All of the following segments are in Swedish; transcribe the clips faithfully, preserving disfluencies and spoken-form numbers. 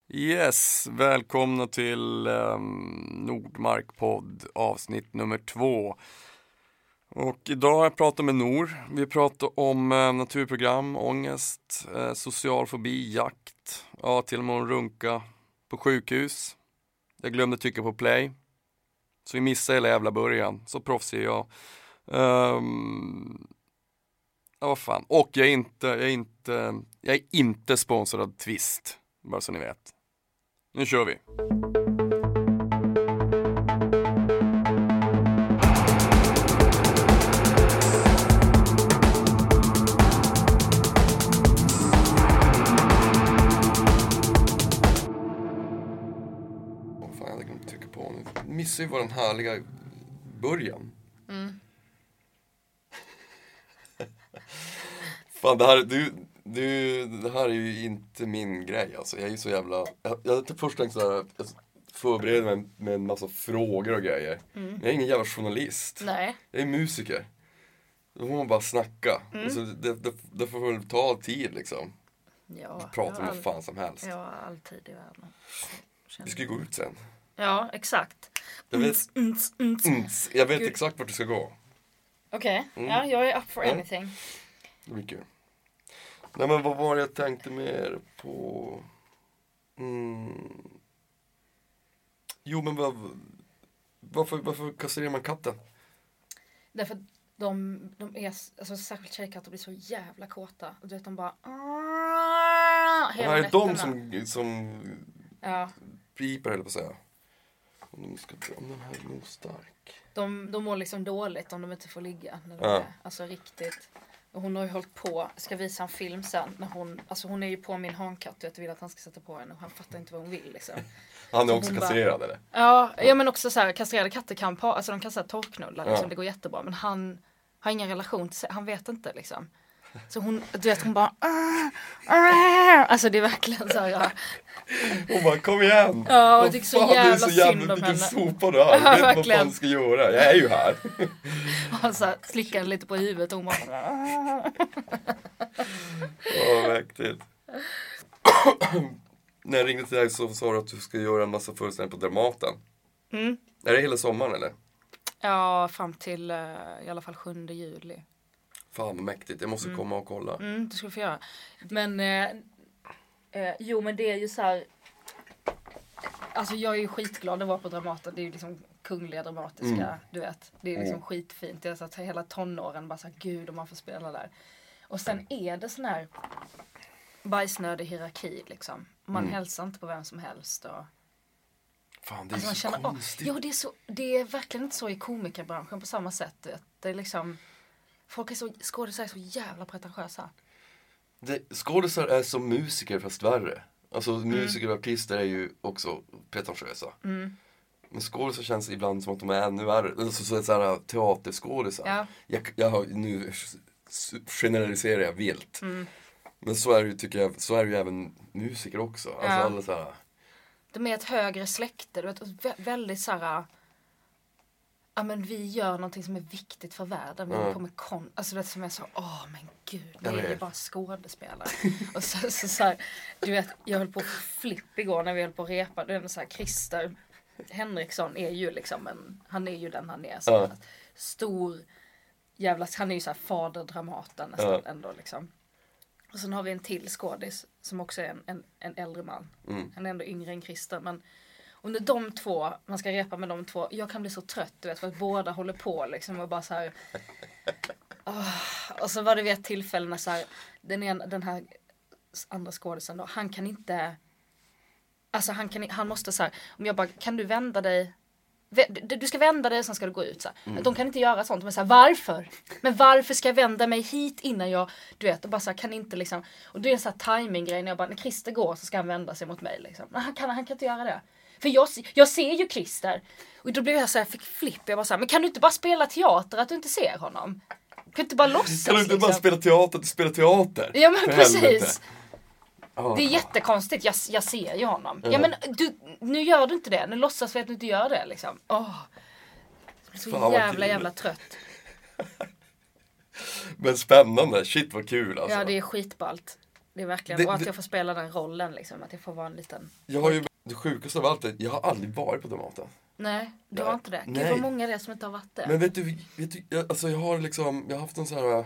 Yes, välkomna till um, Nordmark-podd avsnitt nummer två. Och idag har jag pratat med Nor. Vi pratar om uh, naturprogram, ångest, uh, social fobi, jakt. Ja, till och med en runka på sjukhus. Jag glömde trycka på play. Så vi missade hela jävla början. Så proffsig är jag. Um, ja, vad fan. Och jag är inte, jag är inte, jag är inte sponsrad av Twist. Bara så ni vet. Nu kör vi. Åh fan, jag hade glömt trycka på nu. Missar ju vår härliga början. Mm. Fan, det här, du, du, det här är ju inte min grej alltså. Jag är ju så jävla... Jag, jag till först tänkte så här, jag förbereder mig med en massa frågor och grejer. Mm. Jag är ingen jävla journalist. Nej. Jag är musiker. Då får man bara snacka. Mm. Alltså, det, det, det får väl ta tid liksom. Ja. Prata om vad fan som helst. Ja, alltid i världen. Vi ska ju gå ut sen. Ja, exakt. Jag vet, mm, mm, mm. Jag vet exakt vart du ska gå. Okej, okay. mm. Ja, jag är up for ja. anything. Det blir kul. Nej, men vad var det jag tänkte mer på? Mm. Jo, men vad, varför, varför kastrerar man katten? Därför att de, de är, alltså särskilt tjejkatter blir så jävla kåta. Och du vet, de bara... Hela det är de som, som ja. piper, eller vad säga. Om de, ska, om den här är nog stark. De, de mår liksom dåligt om de inte får ligga. När de ja. är, alltså riktigt... Och hon har ju hållit på, ska visa en film sen när hon, alltså hon är ju på min hankatt och jag vill att han ska sätta på henne och han fattar inte vad hon vill liksom. Han är så också kastrerad bara, eller? Ja, ja men också så här, kastrerade katter kan pa, alltså de kan så här torknulla liksom, ja. Det går jättebra, men han har ingen relation till sig, han vet inte liksom. Så hon, du vet hon bara alltså det är verkligen så här. Ja. Hon bara, kom igen. Ja, och det är så fan, jävla, det är så jävla synd om henne. Vilken sopa du har, jag vet vad fan du ska göra, jag är ju här. Och så här, slickade lite på huvudet och hon bara ja, mäktigt. När jag ringde till dig så sa du att du ska göra en massa föreställningar på Dramaten. Mm. Är det hela sommaren eller? Ja, fram till uh, i alla fall sjunde juli. Fan vad mäktigt, jag måste mm. komma och kolla. Mm, det ska vi få göra. Men, eh, eh, jo men det är ju så här. Alltså jag är ju skitglad att vara på Dramaten. Det är ju liksom kungliga dramatiska, mm. du vet. Det är liksom mm. skitfint. Det är så att hela tonåren bara så här, gud om man får spela där. Och sen är det sån här bajsnödig hierarki liksom. Man mm. hälsar inte på vem som helst och... Fan, det är alltså, man så känner, konstigt. Oh, jo, det är, så, det är verkligen inte så i komikerbranschen på samma sätt. Det är liksom... Folk är så, skådespelare är så jävla pretentiösa. Skådespelare är som musiker fast värre. Alltså mm. musiker och artister är ju också pretentiösa. Mm. Men skådespelare känns ibland som att de är ännu värre. Alltså så, så här teaterskådespelare. Ja. Jag, jag har, nu generaliserar jag vilt. Mm. Men så är det ju, tycker jag, så är det ju även musiker också. Alltså ja. alla så här... De är ett högre släkte, du vet, väldigt så här... Ja men vi gör någonting som är viktigt för världen. Vi mm. kommer kon... Alltså det som är så, åh men gud, vi är ju bara skådespelare. Och så, så, så här, du vet, jag höll på flipp igår när vi höll på att repa. Det är så här, Christer Henriksson är ju liksom en, han är ju den han är. Så mm. stor jävla, han är ju så här faderdramaten nästan mm. ändå liksom. Och sen har vi en till skådis som också är en, en, en äldre man. Mm. Han är ändå yngre än Christer, men och när de två, man ska repa med de två, jag kan bli så trött, du vet, för att båda håller på liksom och bara så här. Oh, och så var det vid ett tillfälle när så här, den, en, den här andra skådisen då, han kan inte, alltså han kan, han måste så här, om jag bara, kan du vända dig, du ska vända dig, sen ska du gå ut så här. Mm. De kan inte göra sånt, men så här, varför? Men varför ska jag vända mig hit innan jag, du vet, och bara så här, kan inte liksom, och det är en sån här timing-grej, när jag bara, när Christer går så ska han vända sig mot mig liksom. Men han kan, han kan inte göra det. För jag, jag ser ju Christer. Och då blev jag så här, fick flipp. Jag bara så här, men kan du inte bara spela teater att du inte ser honom? Kan du inte bara låtsas? Kan du inte liksom? bara spela teater att du spelar teater? Ja men precis. Oh. Det är jättekonstigt, jag, jag ser ju honom. Mm. Ja men du, nu gör du inte det. Nu låtsas vi att du inte gör det liksom. Åh. Jag blir så Fan, jävla jävla trött. Men spännande, shit vad kul alltså. Ja det är skitballt. Det är verkligen, det, och att det, jag får spela den rollen liksom, att jag får vara en liten... Jag har ju, det sjukaste av allt är, jag har aldrig varit på Dramaten. Nej, du Nej. har inte det. Nej. Gud vad många det är som inte har varit det. Men vet du, vet du jag, alltså jag har liksom, jag har haft en sån här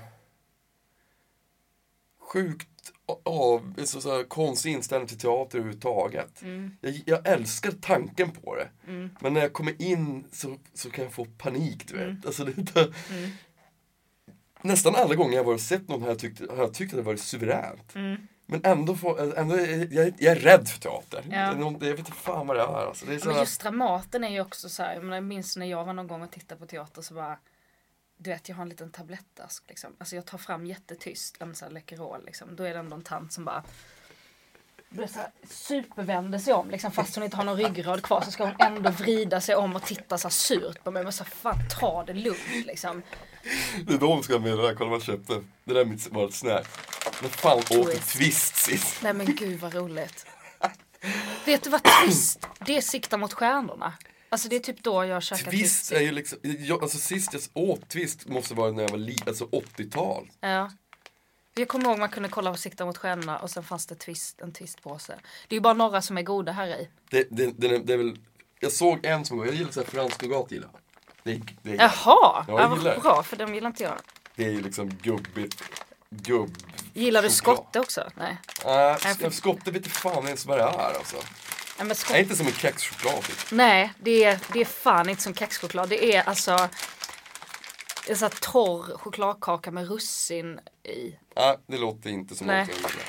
sjukt av, så, så här, konstig inställning till teater överhuvudtaget. Mm. Jag, jag älskar tanken på det. Mm. Men när jag kommer in så, så kan jag få panik, du vet. Mm. Alltså, det, det, Mm. nästan alla gånger jag har sett någon har jag tyckt, har jag tyckt att det varit suveränt. Mm. Men ändå, får, ändå jag, jag är rädd för teater. Ja. Jag vet inte fan vad det är. Alltså, det är så Men här, just Dramaten är ju också så här, jag minns när jag var någon gång och tittade på teater så bara, du vet, jag har en liten tablettask liksom. Alltså jag tar fram jättetyst en sån här Läkerol liksom. Då är det ändå en tant som bara blir så här, supervänder sig om liksom, fast hon inte har någon ryggrad kvar så ska hon ändå vrida sig om och titta så här surt på mig. Men så fan, ta det lugnt liksom. det är de ska med det där, kolla vad jag köpte. Det där är mitt var ett snäck. Men fan åt Twist. Twist sist. Nej men gud vad roligt. Vet du vad Twist, det är Sikta mot stjärnorna. Alltså det är typ då jag käkar Twist. Twist är ju liksom, jag, alltså sist jag åt Twist måste vara när jag var liten, alltså åttiotal. Ja. Jag kommer ihåg man kunde kolla på Sikta mot stjärnorna och sen fanns det twist, en twistpåse. Det är ju bara några som är goda här i. Det, det, det, är, det är väl, jag såg en som, jag gillar såhär fransk nougat gillar. Det, det är, Jaha, ja, ja, jag vad gillar det. bra för den gillar inte jag. Det är ju liksom gubbigt, gubb. Gillar du choklad. skotte också? Nej. Nej, Nej, uh, för- skotte vet inte fan ens vad det är alltså. Nej, men Det skott... är inte som en kexchoklad typ. Nej, det är, det är fan inte som kexchoklad. Det är alltså en sån här torr chokladkaka med russin i. Nej, det låter inte som Nej. något jag gillar.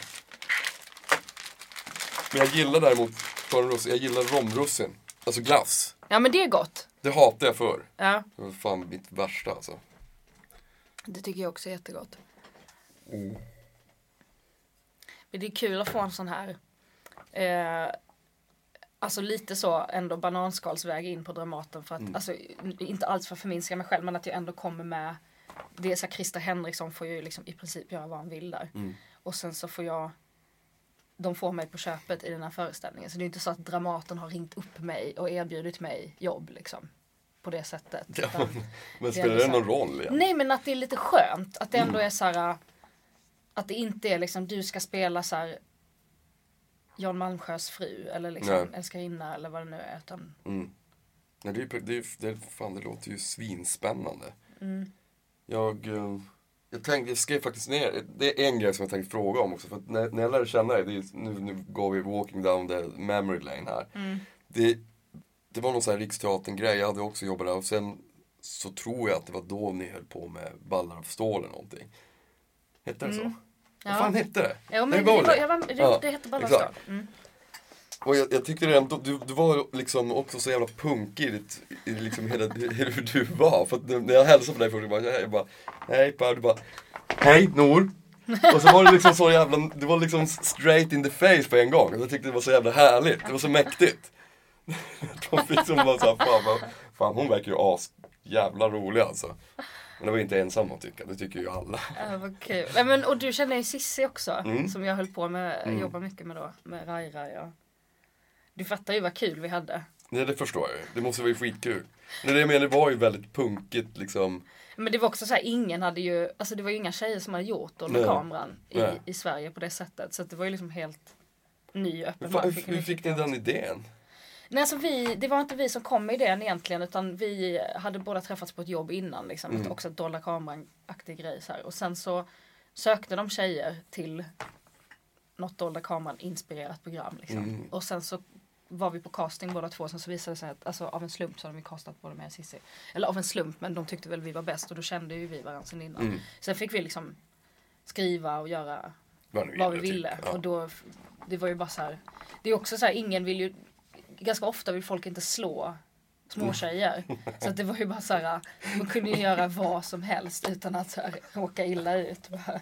Men jag gillar däremot, jag gillar romrussin. Alltså glass. Ja men det är gott. Det hatar jag för. Ja, Det var fan mitt värsta alltså. det tycker jag också är jättegott. Mm. Men det är kul att få en sån här eh, alltså lite så ändå bananskalsväg in på Dramaten för att, Mm. alltså inte alls för att förminska mig själv men att jag ändå kommer med, det är så här, Christer Henriksson får ju liksom i princip göra vad han vill där. Mm. Och sen så får jag, de får mig på köpet i den här föreställningen. Så det är inte så att Dramaten har ringt upp mig och erbjudit mig jobb liksom. På det sättet. Ja, Utan- men, men det är spelar det så här- någon roll igen? Nej men att det är lite skönt. Att det ändå Mm. är så här. Att det inte är liksom du ska spela så här Jan Malmsjös fru eller liksom Nej. älskarinna eller vad det nu är. Utan, Mm. Nej, det, är, det, är, det, är, fan, det låter ju svinspännande. mm. Jag, eh, jag tänkte, jag skrev faktiskt ner, det är en grej som jag tänkte fråga om också. För att när, när jag lärde känna dig, det är, nu, nu går vi walking down the memory lane här. Mm. Det, det var någon sån här Riksteatern-grej, jag hade också jobbat där. Och sen så tror jag att det var då ni höll på med Ballar av stål eller någonting. Hette det så? Mm. Vad fan hette det? Ja, men Nej, det, var var, jag var, det, Ja, det heter bara exakt. mm. Och jag, jag tyckte redan, du, du var liksom också så jävla punkig i, ditt, i liksom hela, hur du var. För att när jag hälsade på dig först, jag bara, jag bara hej Per, du bara, hej Nor. Och så var det liksom så jävla, det var liksom straight in the face på en gång. Jag tyckte det var så jävla härligt, det var så mäktigt. De fick som bara såhär, fan, vad- fan hon verkar ju as jävla rolig alltså. Men det var inte ensam att tycka, det tycker ju alla. Ja, vad kul. Nej, men, och du känner ju Sissi också. Mm. Som jag höll på med, Mm. jobba mycket med då. Med Rai Rai. Ja. Du fattar ju vad kul vi hade. Nej, det förstår jag ju, det måste vara ju skitkul. Men det jag menar, det var ju väldigt punkigt liksom. Men det var också så här, ingen hade ju, alltså det var ju inga tjejer som hade gjort då med Nej. kameran i, Nej. i Sverige på det sättet. Så att det var ju liksom helt ny öppen Hur, fan, mark, hur, vilken hur fick ni tyckte den att- idén? Nej, alltså vi, det var inte vi som kom med idén egentligen utan vi hade båda träffats på ett jobb innan liksom. Mm. Ett, också ett dolda kameran-aktig grej så här. Och sen så sökte de tjejer till något dolda kameran-inspirerat program liksom. Mm. Och sen så var vi på casting båda två. Sen så visade det sig att alltså, av en slump så hade vi castat både med Cissi. Eller av en slump, men de tyckte väl vi var bäst och då kände ju vi varandra sen innan. Mm. Sen fick vi liksom skriva och göra Vad, nu vad vi gillar, typ. ville. Ja. Och då, det var ju bara så här. Det är också så här, ingen vill ju, ganska ofta vill folk inte slå småtjejer. Så att det var ju bara så här, man kunde ju göra vad som helst utan att så här, råka illa ut. Bara.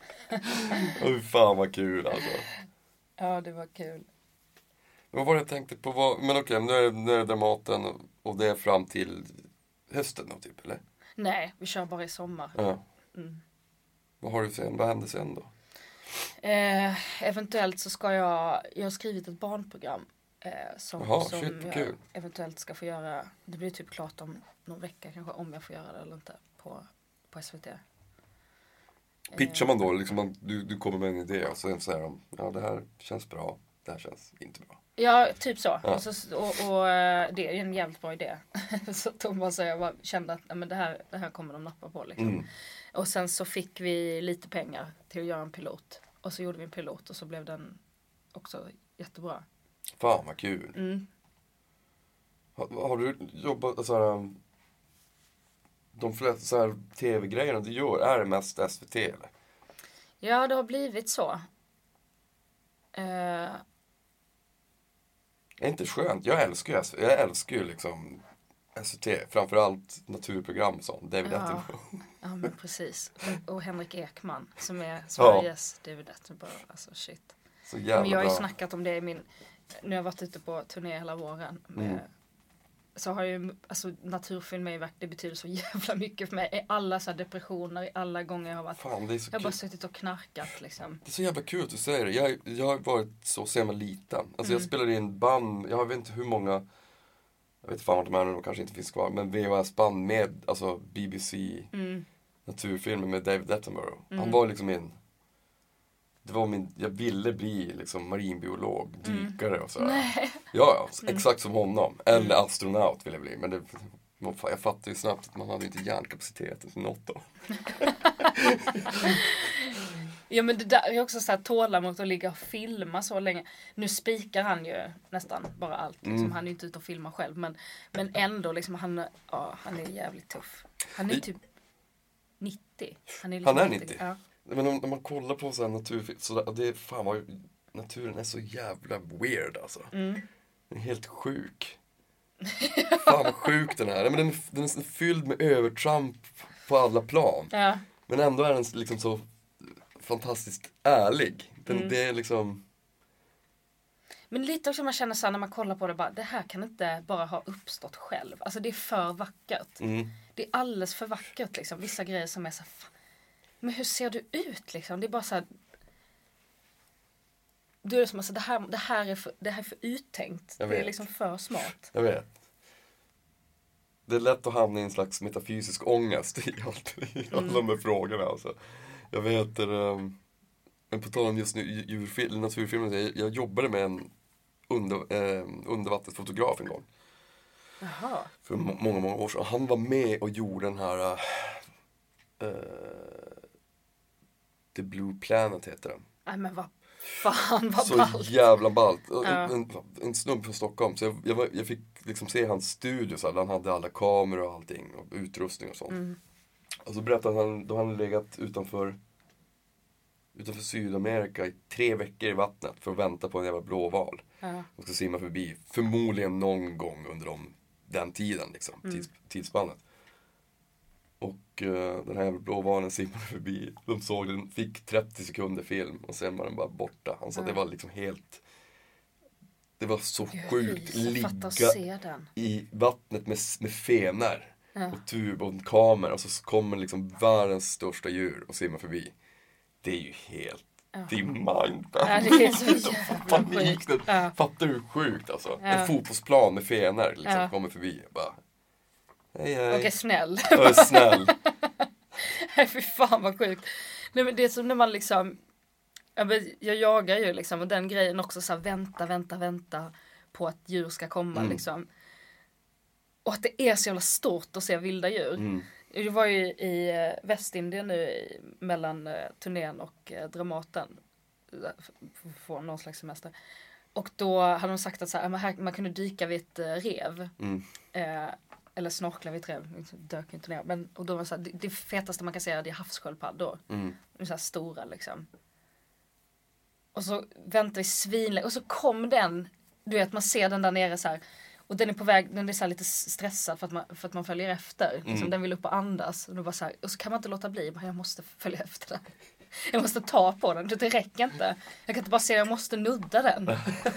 Åh, fan vad kul alltså. Ja, det var kul. Vad var det jag tänkte på? Vad, men okej, nu är, nu är det Dramaten och, och det är fram till hösten då typ, eller? Nej, vi kör bara i sommar. Ja. Mm. Vad har du sen? Vad händer sen då? Eh, eventuellt så ska jag, jag har skrivit ett barnprogram. Eh, som Jaha, som shit, vad jag kul. eventuellt ska få göra. Det blir typ klart om någon vecka kanske, om jag får göra det eller inte på, på S V T. Pitchar man då, liksom man, du, du kommer med en idé och sen säger de, ja det här känns bra, det här känns inte bra. Ja, typ så. Ja. Och, så och, och det är ju en jävligt bra idé. Så Thomas och jag bara kände att ja, men det, här, det här kommer de nappa på. Liksom. Mm. Och sen så fick vi lite pengar till att göra en pilot. Och så gjorde vi en pilot och så blev den också jättebra. Fan vad kul. Mm. Har, har du jobbat, så här, de flesta så här tv-grejerna du gör, är det mest S V T eller? Ja, det har blivit så. Uh, Är inte skönt? Jag älskar ju S V T. Jag älskar ju liksom S V T. Framförallt naturprogram och sånt. David ja. Attenborough. Ja, men precis. Och, och Henrik Ekman som är Sveriges ja. David Attenborough. Alltså shit. Så jävla men jag har ju bra. snackat om det i min... Nu har jag varit ute på turné hela våren. Med, Mm. Så har ju, alltså naturfilm är ju verkligen, det betyder så jävla mycket för mig. I alla så här depressioner, i alla gånger jag har varit... Fan, det är så jag har kul. bara suttit och knarkat liksom. Det är så jävla kul att du säger det. Jag, jag har varit så sen jag var liten. Alltså Mm. jag spelade in band, jag vet inte hur många, jag vet fan vart de är nu, de kanske inte finns kvar, men V H S-band med, alltså B B C Mm. naturfilmer med David Attenborough. Mm. Han var liksom min, det var min, jag ville bli liksom marinbiolog, dykare och sådär. Nej. Ja, ja, Mm. exakt som honom. Eller astronaut ville jag bli, men det, jag fattade ju snabbt att man hade inte hjärnkapaciteten till något då. Ja, men det där är också så här tålamod att ligga och filma så länge. Nu spikar han ju nästan bara allt. Liksom. Mm. Han är ju inte ute och filmar själv. Men, men ändå, liksom, han, ja, han är jävligt tuff. Han är I- typ nittio. Han är, liksom Han är nittio? Ja. Men om, om man kollar på så här naturfilm, så där, det är fan vad, naturen är så jävla weird alltså. Mm. Den är helt sjuk. Fan vad sjuk den är. Men den, är- den är fylld med övertramp på alla plan. Ja. Men ändå är den liksom så fantastiskt ärlig. Den, Mm. Det är liksom... Men lite också man känner så här när man kollar på det bara, det här kan inte bara ha uppstått själv. Alltså det är för vackert. Mm. Det är alldeles för vackert liksom. Vissa grejer som är så här, fan, men hur ser du ut liksom? Det är bara så här. Du är som alltså, det här, det här är för, det här är för uttänkt. Jag Det är vet. liksom för smart. Jag vet. Det är lätt att hamna i en slags metafysisk ångest i, allt, i alla Mm. de här frågorna. Alltså. Jag vet, um, men på tal om just nu, djurfilm, naturfilmen, jag, jag jobbade med en under, eh, undervattensfotograf en gång. Jaha. För må- många, många år sedan. Han var med och gjorde den här... Uh, The Blue Planet heter den. Nej men vad fan vad Så ballt. jävla ballt. Ja. En, en, en snubbe från Stockholm. Så jag, jag, var, jag fick liksom se hans studio. Så här, han hade alla kameror och allting. Och utrustning och sånt. Mm. Och så berättade han, då han hade legat utanför, utanför Sydamerika i tre veckor i vattnet för att vänta på en jävla blåval. Ja. De ska simma förbi. Förmodligen någon gång under de, den tiden, liksom, Mm. tids, tidsspannet. Och uh, den här jävla blåvalen simmade förbi. De såg den, fick trettio sekunder film och sen var den bara borta. Han sa Ja. att det var liksom helt... Det var så Jag sjukt ryser, ligga fatta att se den. i vattnet med, med fener. Ja. Och tub och en kamera och så kommer liksom världens största djur och simmar förbi. Det är ju helt, Ja. det är mind. Ja, det är så jävla Panik. sjukt. Ja. Fattar du hur sjukt alltså? Ja. En fotbollsplan med fener liksom Ja. kommer förbi. Bara, hej hej. Okej, snäll. Jag är snäll. Nej, fy fan vad sjukt. Nej, men det är som när man liksom, jag, vet, jag jagar ju liksom och den grejen också så här, vänta, vänta, vänta på att djur ska komma Mm. liksom. Och att det är så jävla stort att se vilda djur. Mm. Jag var ju i eh, Västindien nu i, mellan eh, turnén och eh, Dramaten. För att få någon slags semester. Och då hade de sagt att så här, men här, man kunde dyka vid ett eh, rev. Mm. Eh, eller snorkla vid ett rev. Dök inte ner. Men, och då var det, så här, det, det fetaste man kan säga det är havssköldpaddor. Mm. De är så här stora liksom. Och så väntar vi svinlänge. Och så kom den. Du vet man ser den där nere så här. Och den är på väg, den är så här lite stressad för att man, för att man följer efter. Mm. Liksom, den vill upp och andas. Och, då bara så här, och så kan man inte låta bli. Bara, jag måste följa efter den. Jag måste ta på den. Det räcker inte. Jag kan inte bara säga jag måste nudda den.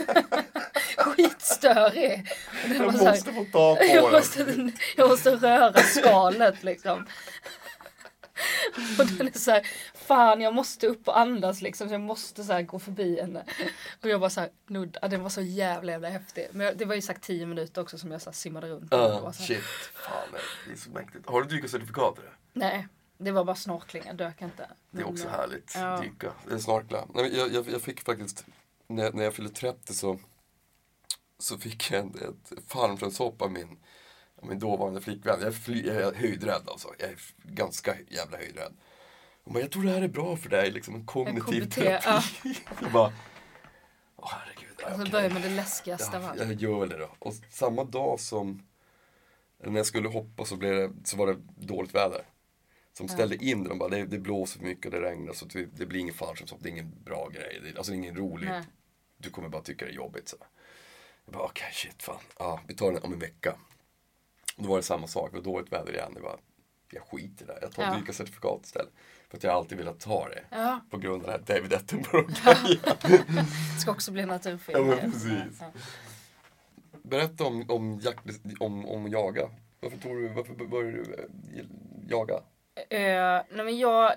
Skitstörig. Och den Jag var så här, måste få ta på jag, den. måste, jag måste röra skalet liksom. Och den är så här, fan jag måste upp och andas liksom. Så jag måste så här gå förbi henne. Och jag bara så här, nudda. Den var så jävla jävla häftig. Men jag, det var ju sagt tio minuter också som jag så här simmade runt. Och Uh, var så här, shit. Fan, det är så mäktigt. Har du dykarcertifikat i det? nej. Det var bara snorkling, jag dök inte. Det är också härligt, ja. dyka. Det är snorkla. Nej, jag, jag, jag fick faktiskt, när, när jag fyllde trettio så, så fick jag ett, ett fallskärmshopp av min, av min dåvarande flickvän. Jag är, fly, jag är höjdrädd alltså, jag är ganska jävla höjdrädd. Hon bara, jag tror det här är bra för dig, liksom en kognitiv terapi. Ja. Jag bara, åh herregud. Alltså okay. börja med det läskigaste av ja, allt. jag gör väl det då. Och samma dag som, när jag skulle hoppa så, blev det, så var det dåligt väder. Som ställde in det, de bara, det, det blåser för mycket och det regnar så det, det blir ingen fallskärmshopp, det är ingen bra grej, det, alltså ingen roligt. Nej. Du kommer bara tycka det är jobbigt så. Jag bara, okej okay, shit fan, ja, vi tar den om en vecka. Och då var det samma sak, det var dåligt väder igen, det var, jag skiter där, jag tar ja. dyka certifikat istället. För att jag alltid velat ta det, ja. på grund av det här David Attenborough. Ja. Det ska också bli naturfilm. Ja men precis. Ja. Berätta om, om, jakt, om, om jaga. Varför, tror du, varför började du jaga? Uh, nej men jag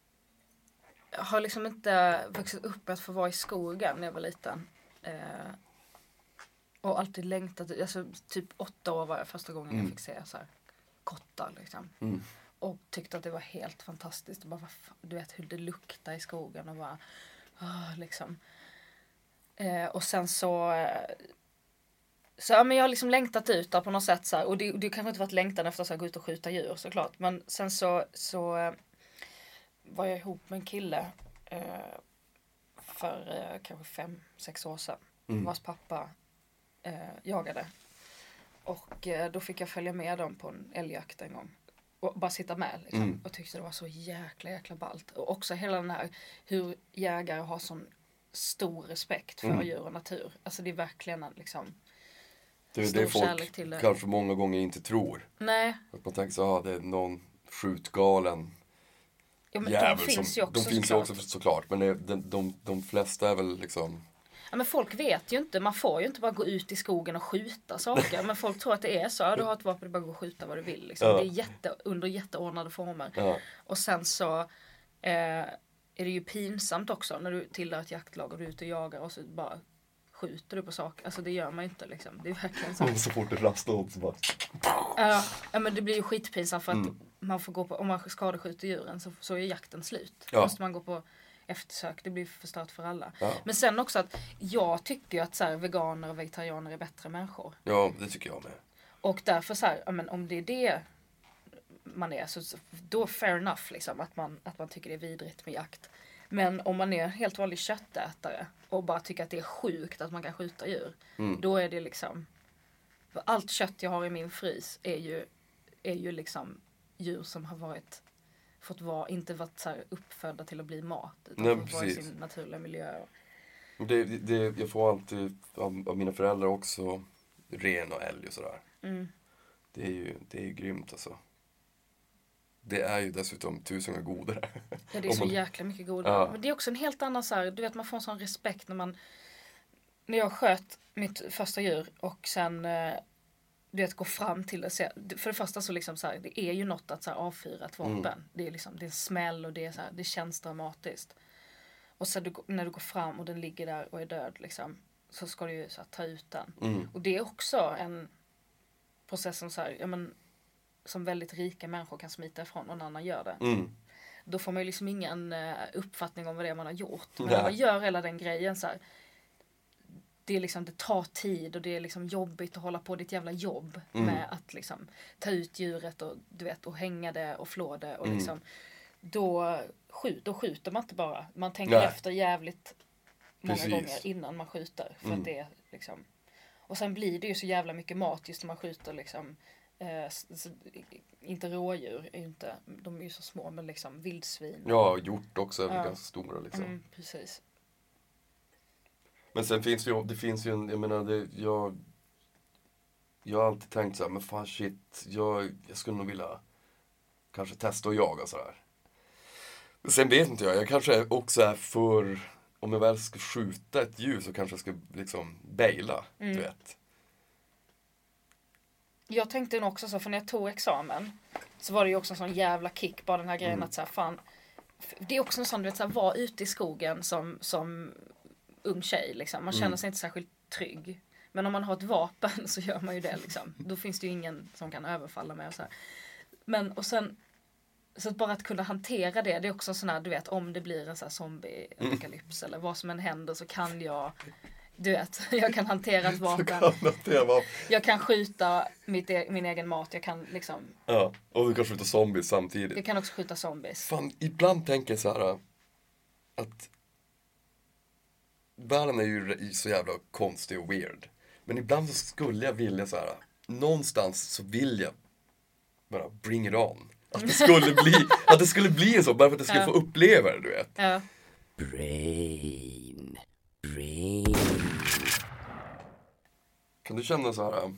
har liksom inte vuxit upp att få vara i skogen när jag var liten. Uh, och alltid längtat, alltså typ åtta år var jag första gången mm. jag fick se så här kottar liksom. Mm. Och tyckte att det var helt fantastiskt. Bara, du vet hur det luktar i skogen och bara, uh, liksom. Uh, och sen så... Uh, Så ja, men jag har liksom längtat ut där på något sätt så här, och det, det kanske inte varit längtan efter att gå ut och skjuta djur såklart, men sen så så eh, var jag ihop med en kille eh, för eh, kanske fem, sex år sedan mm. vars pappa eh, jagade och eh, då fick jag följa med dem på en älgjakt en gång och bara sitta med liksom, mm. och tyckte det var så jäkla jäkla ballt och också hela den här hur jägare har sån stor respekt för mm. djur och natur, alltså det är verkligen liksom det är det folk till kanske många gånger inte tror. Nej. Att man tänker så att det är någon skjutgalen ja, men jävel de finns som, ju också de finns ju också såklart. Men det, de, de, de flesta är väl liksom... Ja, men folk vet ju inte. Man får ju inte bara gå ut i skogen och skjuta saker. Men folk tror att det är så. Ja, du har ett vapen, du bara gå och skjuta vad du vill. Liksom. Ja. Det är jätte, under jätteordnade former. Ja. Och sen så eh, är det ju pinsamt också när du tillhör ett jaktlag och du är ute och jagar och så bara... skjuter du på saker. Alltså det gör man ju inte liksom. Det är verkligen så. Så fort det rastar upp så bara... Ja, ja, men det blir ju skitpinsamt för att mm. man får gå på... Om man skadeskjuter djuren så, så är jakten slut. Ja. Måste man gå på eftersök. Det blir förstört för alla. Ja. Men sen också att jag tycker att så här, veganer och vegetarianer är bättre människor. Ja, det tycker jag med. Och därför så här, ja, men om det är det man är så då fair enough liksom. Att man, att man tycker det är vidrigt med jakt. Men om man är helt vanlig köttätare och bara tycker att det är sjukt att man kan skjuta djur. Mm. Då är det liksom... Allt kött jag har i min frys är ju, är ju liksom djur som har varit... Fått vara, inte varit så här uppfödda till att bli mat. Utan Nej, fått vara i sin naturliga miljö. Det, det, jag får alltid av, av mina föräldrar också ren och älg och sådär. Mm. Det är ju det är ju grymt alltså. Det är ju dessutom tusen gånger godare. Ja, det är så man... jäkla mycket godare. Ja. Men det är också en helt annan så här, du vet man får en sån respekt när man, när jag sköt mitt första djur och sen, du vet, gå fram till det. För det första så liksom så här, det är ju något att så här avfyra ett vapen. Mm. Det är liksom, det är en smäll och det är så här, det känns dramatiskt. Och sen du, när du går fram och den ligger där och är död liksom, så ska du ju så här, ta ut den. Mm. Och det är också en process som så här, ja men, som väldigt rika människor kan smita ifrån och någon annan gör det. Mm. Då får man ju liksom ingen uh, uppfattning om vad det är man har gjort. Men när man gör hela den grejen så här, det är liksom, det tar tid och det är liksom jobbigt att hålla på ditt jävla jobb mm. med att liksom ta ut djuret och du vet och hänga det och flå det och mm. liksom då, skjut, då skjuter man inte bara. Man tänker Nej. efter jävligt många Precis. gånger innan man skjuter för mm. att det är liksom, och sen blir det ju så jävla mycket mat just när man skjuter liksom. Eh, så, inte rådjur är ju inte, de är ju så små, men liksom vildsvin. Ja, hjort också är ja. ganska stora liksom. Mm, precis. Men sen finns det ju, det finns ju en, jag menar, det, jag, jag har alltid tänkt så här, men fan shit, jag, jag skulle nog vilja kanske testa att jaga så här. Men sen vet inte jag, jag kanske också är för, om jag väl ska skjuta ett djur så kanske jag ska liksom baila, mm. du vet. Jag tänkte nog också så, för när jag tog examen så var det ju också en sån jävla kick, bara den här grejen mm. att så här, fan, det är också en sån, du vet, så här, vara ute i skogen som, som ung tjej liksom. Man känner mm. sig inte särskilt trygg. Men om man har ett vapen så gör man ju det liksom. Då finns det ju ingen som kan överfalla med och så här. Men och sen Så att bara att kunna hantera det, det är också sån här, du vet, om det blir en sån här zombie-apokalyps mm. eller vad som än händer så kan jag, du vet, jag kan hantera ett vapen. Kan hantera vapen. Jag kan skjuta mitt e- min egen mat, jag kan liksom... Ja, och du kan skjuta zombies samtidigt. Jag kan också skjuta zombies. Fan, ibland tänker jag så här att världen är ju så jävla konstig och weird. Men ibland så skulle jag vilja så här, någonstans så vill jag bara bring it on. Att det skulle bli, att det skulle bli så, bara för att jag skulle ja. få uppleva det, du vet. Ja. Brain, brain. Kan du känna så här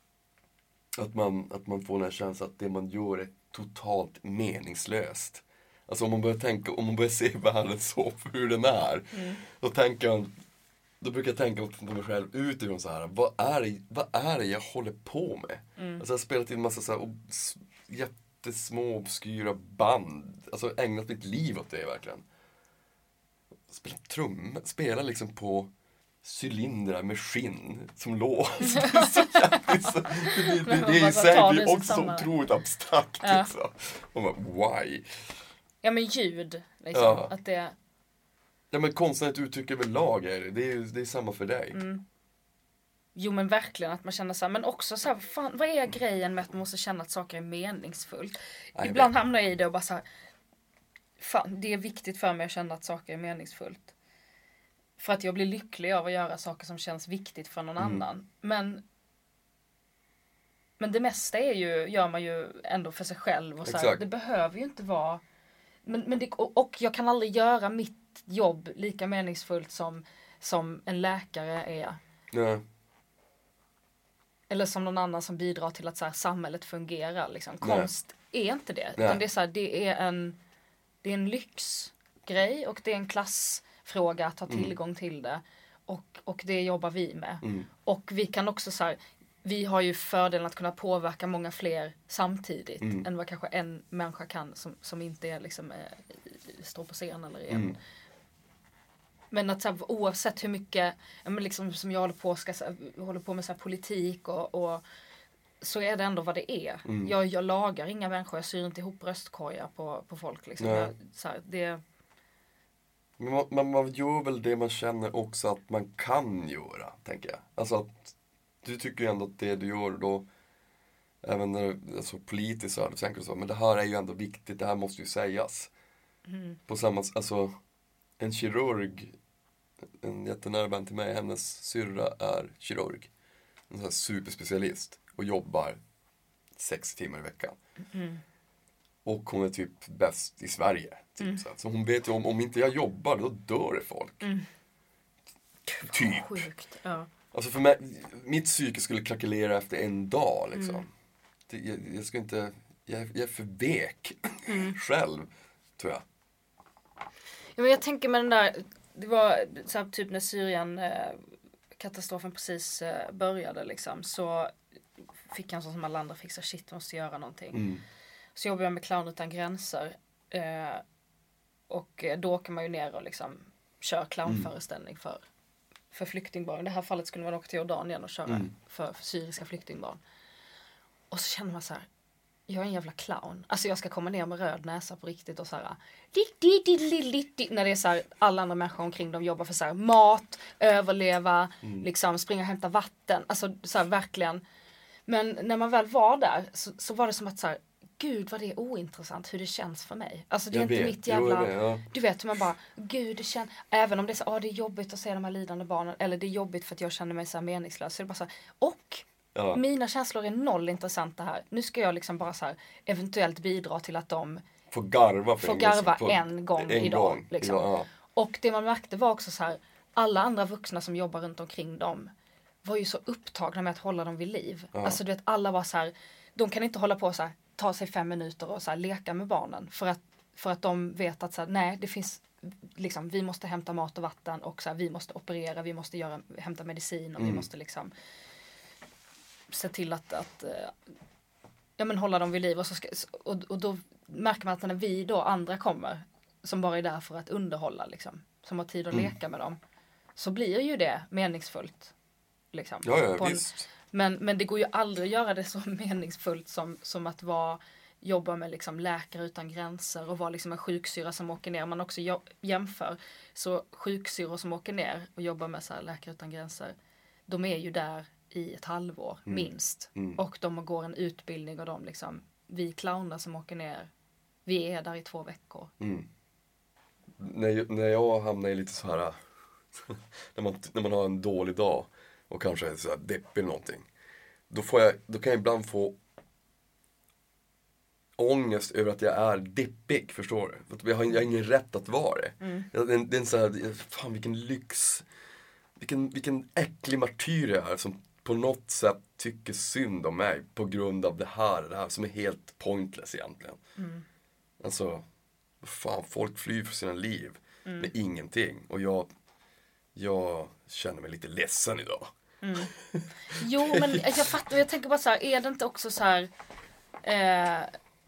att man, att man får den här känslan att det man gör är totalt meningslöst? Alltså om man börjar tänka, om man börjar se världen så för hur den är, mm. då tänker jag, då brukar jag tänka på mig själv utifrån så här, vad är det, vad är det jag håller på med? Mm. Alltså jag har spelat i en massa så här jättesmå obskyra band, alltså ägnat mitt liv åt det verkligen. Spela trum, spela liksom på cylindrar med skinn som lås. Det är så jävligt, så, det, det, det är i sig blir också så otroligt abstrakt ja. liksom. Och bara, why? Ja men ljud liksom, ja. att det... Ja men konstnärligt uttryck överlag är det, det är ju det är samma för dig. Mm. Jo men verkligen att man känner så här, men också så här, fan, vad är grejen med att man måste känna att saker är meningsfullt? Nej, ibland hamnar jag i det och bara så här, fan, det är viktigt för mig att känna att saker är meningsfullt. För att jag blir lycklig av att göra saker som känns viktigt för någon mm. annan. Men men det mesta är ju, gör man ju ändå för sig själv och så här, det behöver ju inte vara men, men det, och, och jag kan aldrig göra mitt jobb lika meningsfullt som, som en läkare är. Nej. Eller som någon annan som bidrar till att så här, samhället fungerar. Liksom. Konst Nej. är inte det. Utan det, är så här, det, är en, det är en lyxgrej och det är en klassfråga att ha tillgång mm. till det. Och, och det jobbar vi med. Mm. Och vi kan också så här, vi har ju fördelen att kunna påverka många fler samtidigt mm. än vad kanske en människa kan som, som inte är liksom, eh, står på scen eller är mm. Men att så här, oavsett hur mycket ja, men liksom, som jag håller på, ska, så här, håller på med så här, politik och, och så är det ändå vad det är. Mm. Jag, jag lagar inga människor, jag syr inte ihop röstkorgar på, på folk. Liksom. Jag, så här, det... Men man, man, man gör väl det man känner också att man kan göra, tänker jag. Alltså att du tycker ju ändå att det du gör då, även när det är så politiskt så här, du tänker så, men det här är ju ändå viktigt, det här måste ju sägas. Mm. På samma alltså en kirurg, en jättenära vän till mig, hennes syrra är kirurg. En sån här superspecialist och jobbar sex timmar i veckan. Mm. Och hon är typ bäst i Sverige. Typ, mm. så. så hon vet ju om, om inte jag jobbar, då dör det folk. Mm. Typ. Sjukt, ja. Alltså för mig, mitt psyke skulle krackelera efter en dag liksom. Mm. Det, jag, jag ska inte, jag, jag är för vek mm. själv, tror jag. Ja, men jag tänker med den där, det var så här, typ när Syrien eh, katastrofen precis eh, började liksom, så fick jag en sån som alla andra fick så shit, måste göra någonting. Mm. Så jobbade jag med Clown utan gränser eh, och då åker man ju ner och liksom kör clownföreställning för för flyktingbarn. I det här fallet skulle man åka till Jordanien och köra mm. för, för syriska flyktingbarn. Och så känner man så här, jag är en jävla clown. Alltså jag ska komma ner med röd näsa på riktigt och så här, när det är så här, alla andra människor omkring dem jobbar för så här, mat, överleva, mm. liksom springa och hämta vatten. Alltså så här, verkligen. Men när man väl var där så, så var det som att så här, gud vad det är ointressant hur det känns för mig. Alltså det är jag inte vet. mitt jävla... Det, ja. Du vet hur man bara, gud det känns... Även om det är så, ah, det är jobbigt att se de här lidande barnen. Eller det är jobbigt för att jag känner mig så här meningslös. Så är det bara så här, och ja. mina känslor är noll intressanta här. Nu ska jag liksom bara så här, eventuellt bidra till att de... Får garva, för får garva på, en gång en idag. Gång. Liksom. Ja. Och det man märkte var också så här, alla andra vuxna som jobbar runt omkring dem var ju så upptagna med att hålla dem vid liv. Ja. Alltså du vet, alla var så här, de kan inte hålla på så här, ta sig fem minuter och så här, leka med barnen. För att, för att de vet att så här, nej, det finns, liksom, vi måste hämta mat och vatten och så här, vi måste operera, vi måste göra, hämta medicin och mm. vi måste liksom se till att, att ja, men hålla dem vid liv. Och, så ska, och, och då märker man att när vi då, andra kommer, som bara är där för att underhålla, liksom, som har tid att mm. leka med dem, så blir ju det meningsfullt. Liksom, ja, ja, en, visst. Men, men det går ju aldrig att göra det så meningsfullt som, som att vara jobba med liksom Läkare utan gränser och vara liksom en sjuksyra som åker ner. Man också jo- jämför. Så sjuksyror som åker ner och jobbar med så här Läkare utan gränser, de är ju där i ett halvår, Mm. minst. Mm. Och de går en utbildning och de liksom, vi clowner som åker ner, vi är där i två veckor. Mm. När, när jag hamnar i lite så här när man, när man har en dålig dag och kanske är så här deppig eller någonting, då, får jag, då kan jag ibland få ångest över att jag är deppig, förstår du? För att jag, har, jag har ingen rätt att vara det. Mm. Jag, det, är en, det är en så här, fan vilken lyx, vilken, vilken äcklig martyr jag är som på något sätt tycker synd om mig på grund av det här, det här som är helt pointless egentligen. Mm. Alltså, fan, folk flyr för sina liv Mm. med ingenting. Och jag, jag känner mig lite ledsen idag. Mm. Jo, men jag fattar, jag tänker bara så här, är det inte också så här eh,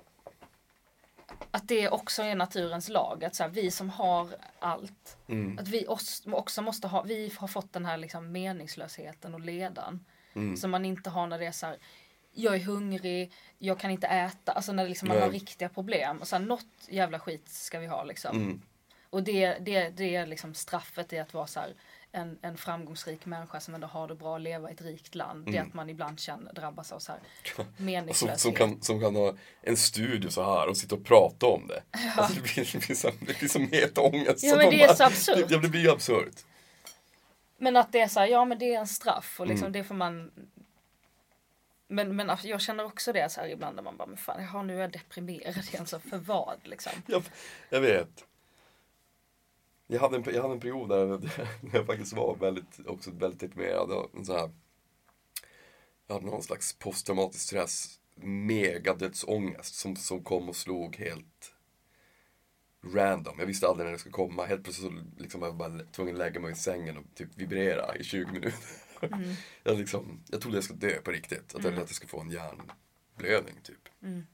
att det också är naturens lag, att så här, vi som har allt, Mm. att vi oss, också måste ha, vi har fått den här liksom meningslösheten och ledan Mm. som man inte har när det är så här, jag är hungrig, jag kan inte äta, alltså när det liksom man Nej. har riktiga problem och så här, något jävla skit ska vi ha liksom. Mm. Och det, det, det är liksom straffet i att vara så här, en, en framgångsrik människa som ändå har det bra att leva i ett rikt land. Mm. Det är att man ibland känner, drabbas av så här Som, meningslöshet. som, kan, som kan ha en studio så här och sitta och prata om det. Ja. Alltså, det blir, det blir som, det blir som helt ångest. Ja, men det är så absurt. Det, det blir ju absurt. Men att det är så här, ja men det är en straff och liksom Mm. det får man. Men, men alltså, jag känner också det så här ibland när man bara, men fan, jaha, nu är jag deprimerad igen, så för vad liksom? Jag, jag vet. Jag hade, en, jag hade en period där, där jag faktiskt var väldigt, också väldigt deprimerad. Och så här, jag hade någon slags posttraumatisk stress, megadödsångest som, som kom och slog helt random. Jag visste aldrig när det skulle komma. Helt plötsligt så liksom var jag bara tvungen att lägga mig i sängen och typ vibrera i tjugo minuter. Mm. jag, liksom, jag trodde jag skulle dö på riktigt. Att, Mm. jag, att jag skulle få en hjärnblödning typ. Mm.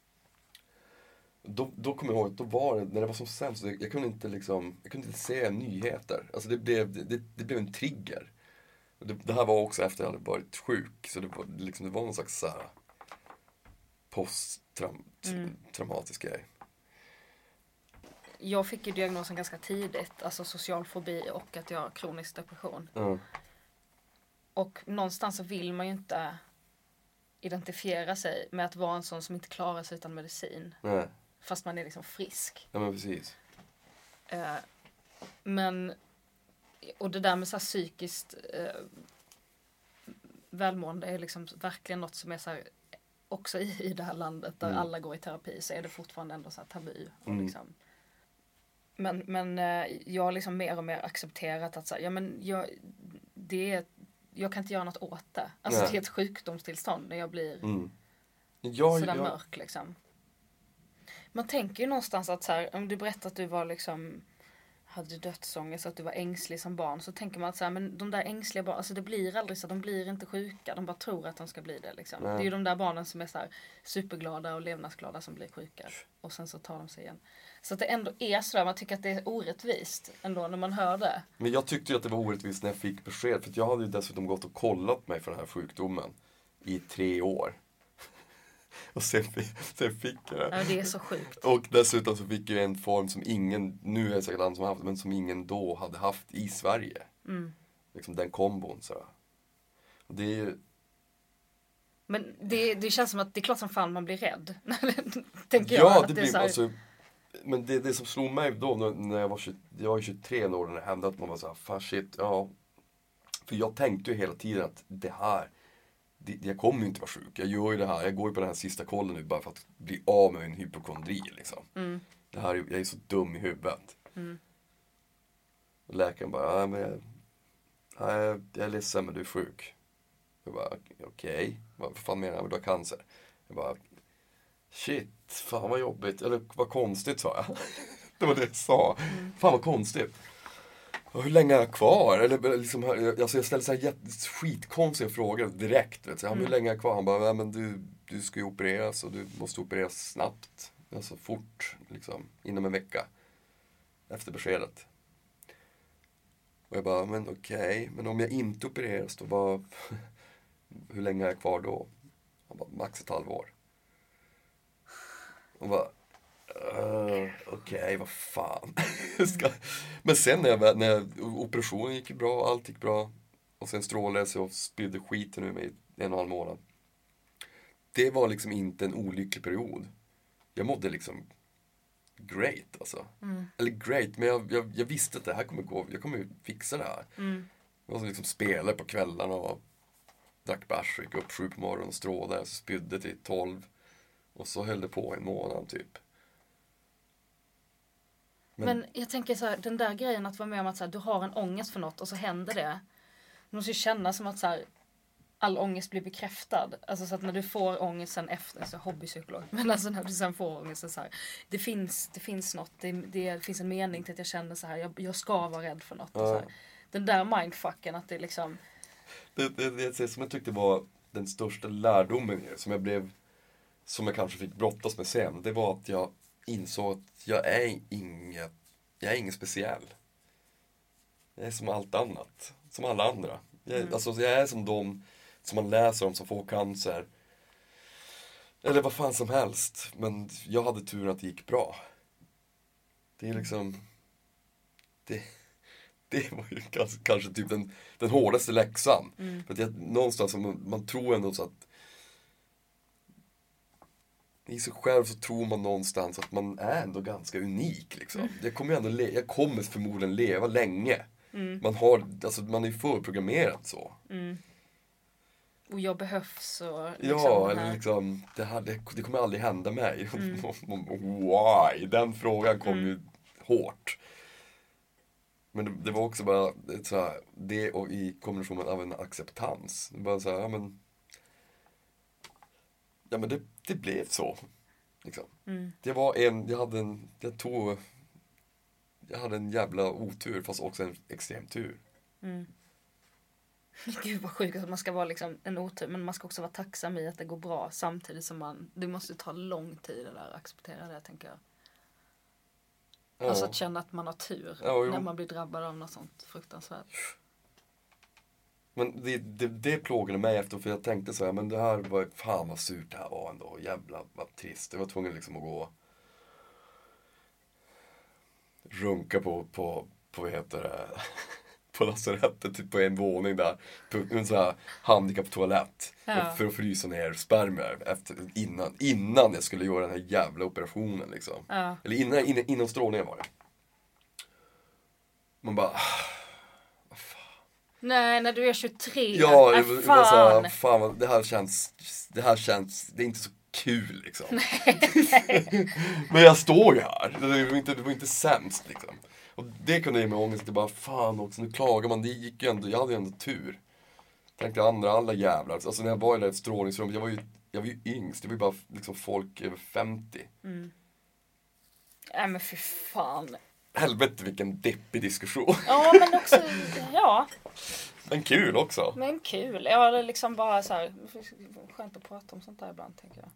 Då, då kommer jag ihåg att då var det, när det var som sämst, jag, jag kunde inte liksom, jag kunde inte se nyheter. Alltså det blev, det, det blev en trigger. Och det, det här var också efter jag hade varit sjuk. Så det var, liksom, det var någon slags så här posttraumatisk Mm. grej. Jag fick ju diagnosen ganska tidigt, alltså social fobi och att jag har kronisk depression. Mm. Och någonstans så vill man ju inte identifiera sig med att vara en sån som inte klarar sig utan medicin. Nej, Fast man är liksom frisk. ja men precis. Eh, men, och det där med så här psykiskt eh, välmående är liksom verkligen något som är så här, också i, i det här landet där Mm. alla går i terapi så är det fortfarande ändå så här tabu. Och Mm. liksom, men men eh, jag har liksom mer och mer accepterat att så här, ja men jag, det är, jag kan inte göra något åt det. Alltså Nej. det är ett sjukdomstillstånd när jag blir Mm. Ja, sådär ja. mörk liksom. Man tänker ju någonstans att så här, om du berättar att du var liksom hade dödsångest, att du var ängslig som barn, så tänker man att så här, men de där ängsliga barnen, alltså det blir aldrig så, de blir inte sjuka, de bara tror att de ska bli det liksom. Nej. Det är ju de där barnen som är så här superglada och levnadsglada som blir sjuka och sen så tar de sig igen. Så att det ändå är så där, man tycker att det är orättvist ändå när man hör det. Men jag tyckte ju att det var orättvist när jag fick besked. För att jag hade ju dessutom gått och kollat mig för den här sjukdomen i tre år. Och sen, sen fick jag det. Ja, det är så sjukt. Och dessutom så fick jag en form som ingen, nu är det säkert andra som har haft, men som ingen då hade haft i Sverige. Mm. Liksom den kombon så. Och det är ju, Men det, det känns som att det är klart som fan man blir rädd. Tänker ja, jag. Att det det är blir så här, alltså, men det, det som slog mig då när, när jag var tjugo, jag var tjugotre år när det hände, att man var så här, fan shit, ja. För jag tänkte ju hela tiden att det här, det, jag kommer ju inte vara sjuk. Jag gör ju det här, jag går ju på den här sista kollen nu bara för att bli av med en hypokondri liksom. Mm. Det här, jag är så dum i huvudet. Mm. Och läkaren bara, ja men jag, ja, jag är ledsen men du är sjuk. Jag bara, okej, okay. Vad fan menar du? Du har cancer. Jag bara, shit, fan vad jobbigt. Eller vad konstigt, sa jag. Det var det jag sa. Mm. Fan vad konstigt. Och hur länge är jag kvar? Eller liksom, alltså jag ställde så här jätte, skitkonstiga frågor direkt. Vet du. Ja, men hur länge är jag kvar? Han bara, ja, men du, du ska ju opereras och du måste opereras snabbt. Alltså fort, liksom, inom en vecka. Efter beskedet. Och jag bara, men okej, okay. Men om jag inte opereras då, bara, hur länge är jag kvar då? Han bara, max ett halvår. Och bara, uh, okej, okay, vad fan. Ska... Men sen när, jag, när operationen gick bra, allt gick bra. Och sen strålades jag och spydde skiten ur mig en och en halv månad. Det var liksom inte en olycklig period. Jag mådde liksom great alltså. Mm. Eller great, men jag, jag, jag visste att det här kommer gå, jag kommer fixa det här. Mm. Jag var liksom spelare på kvällarna och drack bärs och gick upp sju på morgonen och strålade. Så spydde till tolv. Och så höll det på en månad typ. Men, men jag tänker så här, den där grejen att vara med om att så här, du har en ångest för något och så händer det. Det måste ju kännas som att så här, all ångest blir bekräftad. Alltså så att när du får ångesten efter, alltså hobbypsykolog, men alltså när du sen får ångesten så här, det finns, det finns något, det, det finns en mening till att jag känner så här, jag, jag ska vara rädd för något. Ja. Och så här. Den där mindfucken att det liksom... Det, det, det, det som jag tyckte var den största lärdomen som jag blev, som jag kanske fick brottas med sen, det var att jag insåg att jag är inget, jag är ingen speciell. Jag är som allt annat, som alla andra. Jag, mm. Alltså jag är som de som man läser om som får cancer. Eller vad fan som helst. Men jag hade turen att det gick bra. Det är liksom... Det, det var ju kanske, kanske typ den, den hårdaste läxan. Mm. För att jag, någonstans, man, man tror ändå så att... I sig själv så tror man någonstans att man är ändå ganska unik. Liksom. Mm. Jag, kommer ändå le- jag kommer förmodligen leva länge. Mm. Man, har, alltså, man är ju förprogrammerad så. Mm. Och jag behövs och liksom ja, eller liksom det, här, det, det kommer aldrig hända mig. Mm. Why? Den frågan kom mm. ju hårt. Men det, det var också bara så här, det och i kombination med en acceptans. Det bara så här, ja men ja men det, det blev så liksom. Mm. Det var en, jag hade en jag tog jag hade en jävla otur fast också en extrem tur. Mm. Gud vad sjukt att man ska vara liksom en otur, men man ska också vara tacksam i att det går bra samtidigt som man, det måste ta lång tid det där att acceptera det, tänker jag. Ja. Alltså att känna att man har tur ja, när man blir drabbad av något sånt fruktansvärt. Men det, det, det plågade mig efter, för jag tänkte så här, men det här var, fan vad surt det här var ändå, jävla vad trist. Jag var tvungen liksom att gå runka på, på, på vad heter det, på lasarettet typ på en våning där, på en sån här handikapptoalett ja. För att frysa ner spermier efter, innan, innan jag skulle göra den här jävla operationen liksom. Ja. Eller innan, innan, innan strålningen var det. Man bara, vad fan. Nej, när du är tjugotre. Ja, det var, fan. Det var så, fan, det här känns, det här känns, det är inte så kul liksom. Nej, nej. Men jag står ju här, det var inte, det var inte sämst liksom. Och det kunde ge mig ångest att det bara, fan också, nu klagar man, det gick ju ändå, jag hade ju ändå tur. Tänkte andra, alla jävlar. Alltså när jag var i det här strålningsrummet, jag var ju, jag var ju yngst, det var ju bara liksom folk över femtio. Mm. Nej men för fan. Helvete vilken deppig diskussion. Ja men också, ja. Men kul också. Men kul, ja det är liksom bara så här, skönt att prata om sånt där ibland tänker jag.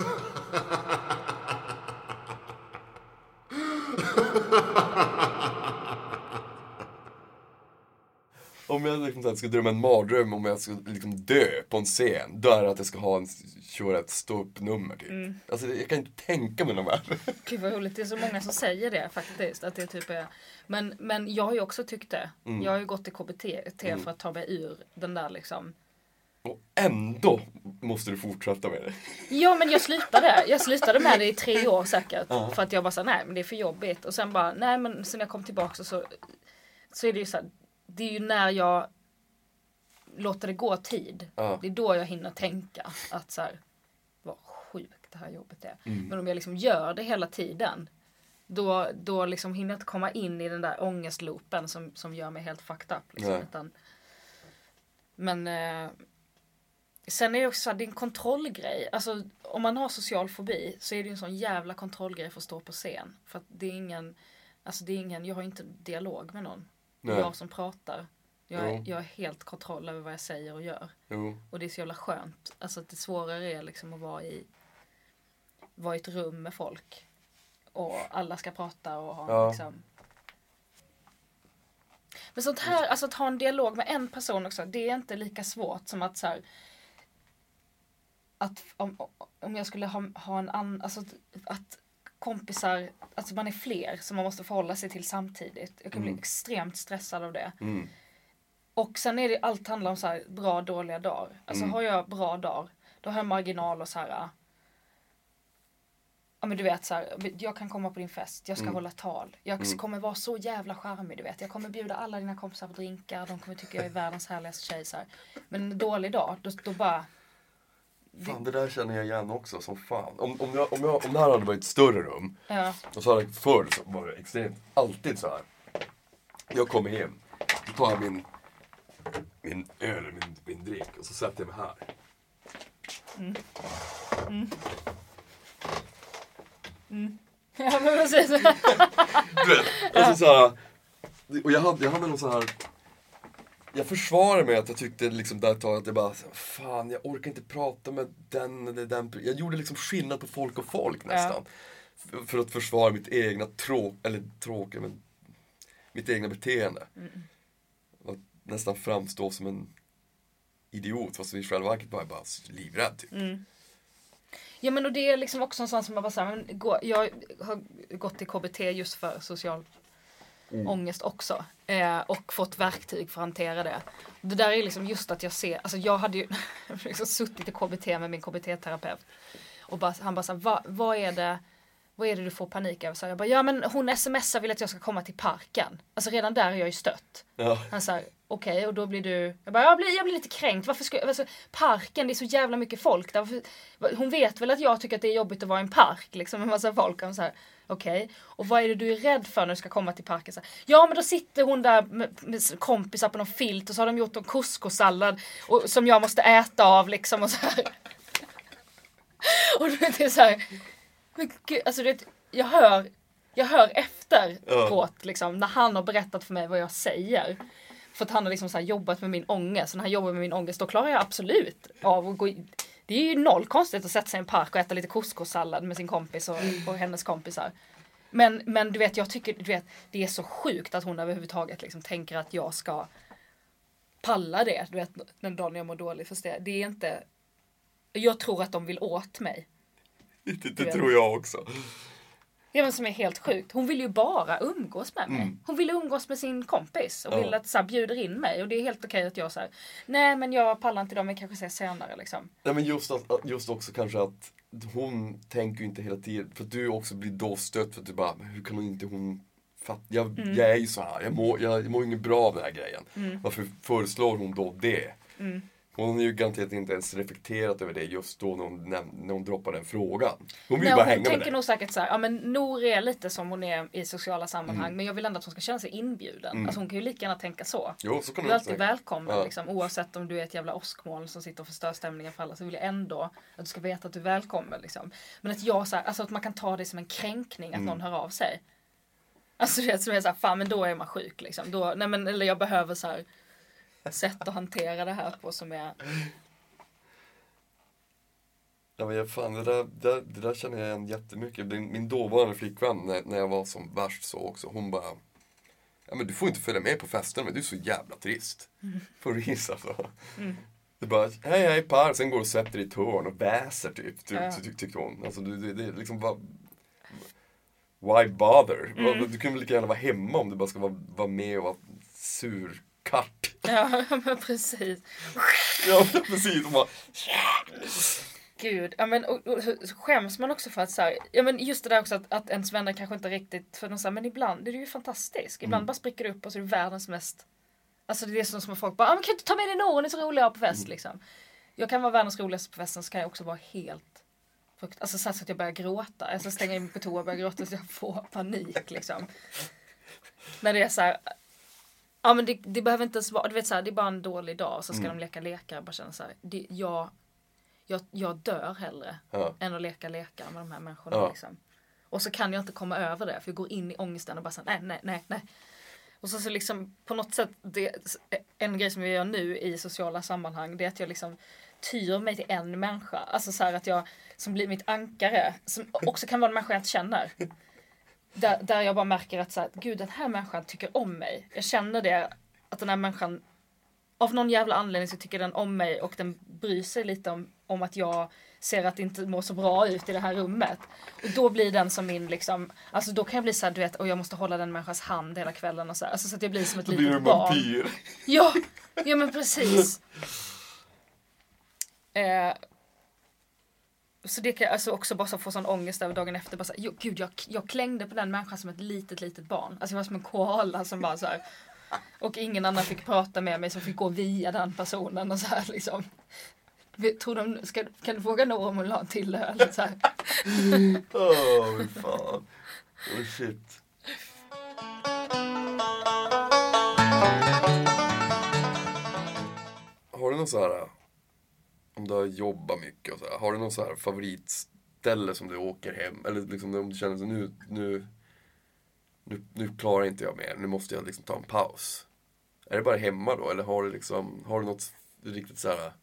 Om jag liksom skulle drömma en mardröm om jag skulle liksom dö på en scen, då är det att jag ska ha en, köra ett ståuppnummer typ. Mm. Alltså jag kan inte tänka mig någon värre. Gud vad roligt, det är så många som säger det faktiskt, att det typ är... Men, men jag har ju också tyckt det. Mm. Jag har ju gått till K B T mm. för att ta mig ur den där liksom... Och ändå måste du fortsätta med det. Ja men jag slutade. Jag slutade med det i tre år säkert. Uh-huh. För att jag bara sa nej men det är för jobbigt. Och sen bara, nej men sen jag kom tillbaka så, så är det ju så här, det är ju när jag låter det gå tid. Uh-huh. Det är då jag hinner tänka att så här, vad sjukt det här jobbet är. Mm. Men om jag liksom gör det hela tiden, då, då liksom hinner jag inte komma in i den där ångestloopen som, som gör mig helt fucked up. Liksom, uh-huh. utan, men... Eh, sen är det också så här, det är en kontrollgrej. Alltså om man har social fobi så är det en sån jävla kontrollgrej för att stå på scen. För att det är ingen, alltså det är ingen, jag har inte dialog med någon. Nej. Jag som pratar. Jag är, jag är helt kontroll över vad jag säger och gör. Jo. Och det är så jävla skönt. Alltså att det svårare är liksom att vara i, vara i ett rum med folk. Och alla ska prata och ha ja. liksom... Men sånt här, alltså att ha en dialog med en person också, det är inte lika svårt som att så här... att om, om jag skulle ha, ha en annan, alltså att kompisar, alltså man är fler som man måste förhålla sig till samtidigt. Jag kan mm. bli extremt stressad av det. Mm. Och sen är det, allt handlar om så här bra, dåliga dagar. Alltså mm. har jag bra dagar, då har jag marginal och så här. Ja men du vet så här, jag kan komma på din fest, jag ska mm. hålla tal. Jag mm. kommer vara så jävla charmig, du vet. Jag kommer bjuda alla dina kompisar på drinkar, de kommer tycka jag är världens härligaste tjej så här. Men en dålig dag, då, då bara... Fan, det där känner jag igen också som fan. Om, om, jag, om, jag, om det här hade varit ett större rum, ja. och så hade jag förr så var det extremt, alltid så här. Jag kommer hem, då tar jag min, min öl, min, min drink och så sätter jag mig här. Mm. Mm. Mm. Ja men precis. Du vet, alltså så här, och jag hade, jag hade någon så här. Jag försvarar mig att jag tyckte liksom där ett tag att jag bara, fan jag orkar inte prata med den eller den. Jag gjorde liksom skillnad på folk och folk nästan. Ja. För, för att försvara mitt egna tråk, eller tråk, men mitt egna beteende. Mm. Och nästan framstå som en idiot, fast i själva verket bara, bara livrädd typ. Mm. Ja men och det är liksom också en sån som jag bara säger, men gå, jag har gått till K B T just för social mm. ångest också. Eh, och fått verktyg för att hantera det. Det där är liksom just att jag ser, alltså jag hade ju liksom suttit i K B T med min K B T-terapeut. Och bara, han bara så här, Va, vad är det vad är det du får panik över? Så jag bara, ja men hon smsar vill att jag ska komma till parken. Alltså redan där är jag ju stött. Ja. Han sa, okej okay, och då blir du, jag bara, jag blir, jag blir lite kränkt. Varför ska jag, alltså, parken, det är så jävla mycket folk där. Hon vet väl att jag tycker att det är jobbigt att vara i en park, liksom med massa folk. Och så här, okej, okay. Och vad är det du är rädd för när du ska komma till parken? Så här, ja men då sitter hon där med, med kompisar på någon filt och så har de gjort en couscous-sallad och, som jag måste äta av liksom och så här. Och det är så här, men gud, alltså det, jag hör jag hör efter ja. på att, liksom, när han har berättat för mig vad jag säger. För att han har liksom så här jobbat med min ångest. Så när han jobbar med min ångest, då klarar jag absolut av att gå i, det är ju noll konstigt att sätta sig i en park och äta lite couscous-sallad med sin kompis och, och hennes kompisar. Men, men du vet, jag tycker du vet, det är så sjukt att hon överhuvudtaget liksom tänker att jag ska palla det. Du vet, den dagen jag mår dåligt. För det, det är inte... Jag tror att de vill åt mig. Det, det tror jag också. Det var som är helt sjukt. Hon vill ju bara umgås med mig. Mm. Hon vill umgås med sin kompis. Och ja. vill att så här, bjuder in mig. Och det är helt okej att jag säger nej men jag pallar inte dem. Men kanske säger senare liksom. Nej men just, att, just också kanske att hon tänker ju inte hela tiden. För att du också blir då stött. För att du bara, hur kan hon inte hon fatta? Jag, mm. jag är ju så här. Jag mår, jag, jag mår inget bra av den här grejen. Mm. Varför föreslår hon då det? Mm. Hon har ju garanterat inte ens reflekterat över det just då när hon, när hon droppar den frågan. Hon vill Nej, bara hon hänga med det. Hon tänker nog säkert så här, ja men Nour är lite som hon är i sociala sammanhang. Mm. Men jag vill ändå att hon ska känna sig inbjuden. Mm. Alltså hon kan ju lika gärna tänka så. Jo, så kan du är alltid välkommen ja. liksom. Oavsett om du är ett jävla åskmoln som sitter och förstör stämningen för alla. Så vill jag ändå att du ska veta att du är välkommen liksom. Men att jag så här, alltså att man kan ta det som en kränkning att mm. någon hör av sig. Alltså det som är så här, fan men då är man sjuk liksom. Då, nej men, eller jag behöver så här sätt att hantera det här på som är... Ja men fan, det där, det, det där känner jag igen jättemycket. Min dåvarande flickvän, när, när jag var som värst så också, hon bara, ja men du får inte följa med på festen, men du är så jävla trist. Mm. För ris alltså. Mm. Du bara, hej hej par, sen går du och sätter dig i ett hörn och väser typ, ty, ja. ty, ty, tyckte hon. Alltså det, det, det liksom bara, why bother? Mm. Du kan väl lika gärna vara hemma om du bara ska vara, vara med och vara sur katt. Ja men precis. Ja precis, och bara, Gud, ja men och, och, skäms man också för att så här, ja men just det där också att, att ens vänner kanske inte riktigt, för de säger men ibland det är ju fantastiskt. Ibland mm. bara spricker det upp och så är det världens mest, alltså det är som som folk bara, ah, men kan du ta med dig någon, det är så rolig på fest mm. liksom. Jag kan vara världens roligaste på festen, så kan jag också vara helt frukt, alltså så att jag börjar gråta, alltså stänga in på toa och börja gråta så jag får panik liksom. När det är så här, ja men det, det behöver inte ens vara, du vet så här, det är bara en dålig dag och så ska mm. de leka lekar och bara känna så här, det, jag Jag, jag dör hellre ja. än att leka lekar med de här människorna. Ja. Liksom. Och så kan jag inte komma över det. För jag går in i ångesten och bara säger nej, nej, nej, nej. Och så, så liksom på något sätt, det, en grej som jag gör nu i sociala sammanhang, det är att jag liksom tyr mig till en människa. Alltså så här att jag, som blir mitt ankare, som också kan vara en människa jag inte känner. Där, där jag bara märker att så här, gud den här människan tycker om mig. Jag känner det, att den här människan av någon jävla anledning så tycker den om mig och den bryr sig lite om, om att jag ser att det inte mår så bra ut i det här rummet. Och då blir den som min liksom, alltså då kan jag bli så här, du vet, och jag måste hålla den människans hand hela kvällen och så här, alltså så att jag blir som ett då litet blir barn. Vampyr. Ja, ja men precis. eh, så det kan jag alltså också bara så få sån ångest över dagen efter, bara så här, jo, gud jag, jag klängde på den människan som ett litet litet barn. Alltså jag var som en koala som bara så här. Och ingen annan fick prata med mig, så fick gå via den personen och så här liksom. Tror de, ska, kan du fråga Nora om hon la en till öl? Så här. Åh, oh, fan. Oh, shit. Har du någon så här, om du har jobbat mycket och så här, har du någon så här favoritställe som du åker hem? Eller liksom om du känner så nu, nu, nu, nu klarar inte jag mer, nu måste jag liksom ta en paus. Är det bara hemma då? Eller har du liksom, har du något riktigt så här...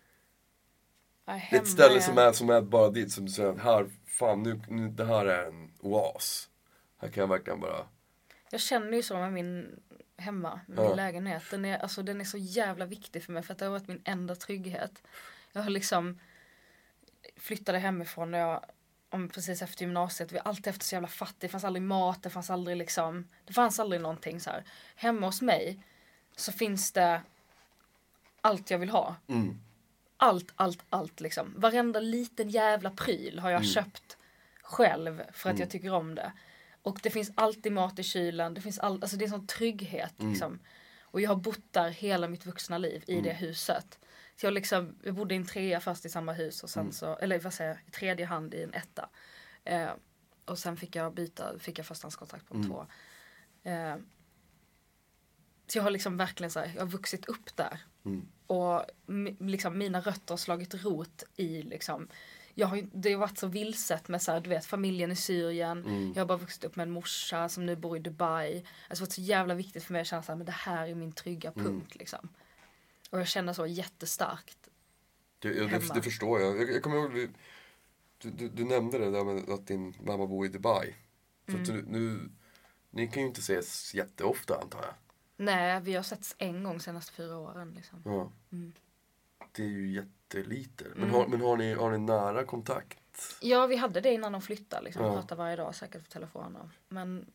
Ja, ett ställe som är, som är bara dit, som du säger, här, fan, nu, nu, det här är en oas. Här kan jag verkligen bara... Jag känner ju så med min hemma, med ja. min lägenhet. Den är, alltså, den är så jävla viktig för mig, för att det har varit min enda trygghet. Jag har liksom flyttade hemifrån när jag, om precis efter gymnasiet. Vi har alltid haft så jävla fattigt. Det fanns aldrig mat, det fanns aldrig liksom, det fanns aldrig någonting så här. Hemma hos mig så finns det allt jag vill ha. Mm. Allt, allt, allt liksom. Varenda liten jävla pryl har jag mm. köpt själv för att mm. jag tycker om det. Och det finns alltid mat i kylen. Det finns all, alltså det är en sån trygghet mm. liksom. Och jag har bott där hela mitt vuxna liv i mm. det huset. Så jag liksom, jag bodde i en trea först i samma hus och sen mm. så, eller vad säger jag, i tredje hand i en etta. Eh, och sen fick jag byta, fick jag förstahandskontrakt på en mm. två. Eh, så jag har liksom verkligen så här, jag har vuxit upp där. Mm. Och m- liksom mina rötter har slagit rot i liksom, jag har ju, det har varit så vilset med så här, du vet, familjen i Syrien. Mm. Jag har bara vuxit upp med en morsa som nu bor i Dubai. Alltså det har varit så jävla viktigt för mig att känna så här, men det här är min trygga punkt mm. liksom. Och jag känner så jättestarkt. Det, ja, det, det förstår jag. Jag, jag kommer ihåg, du, du, du nämnde det där med att din mamma bor i Dubai. Så mm. att du, nu, ni kan ju inte ses jätteofta, antar jag. Nej, vi har setts en gång senaste fyra åren liksom. Ja. Mm. Det är ju jättelite. Men, mm. har, men har, ni, har ni nära kontakt? Ja, vi hade det innan de flyttade liksom. Ja. Pratade varje dag säkert på telefonen. Men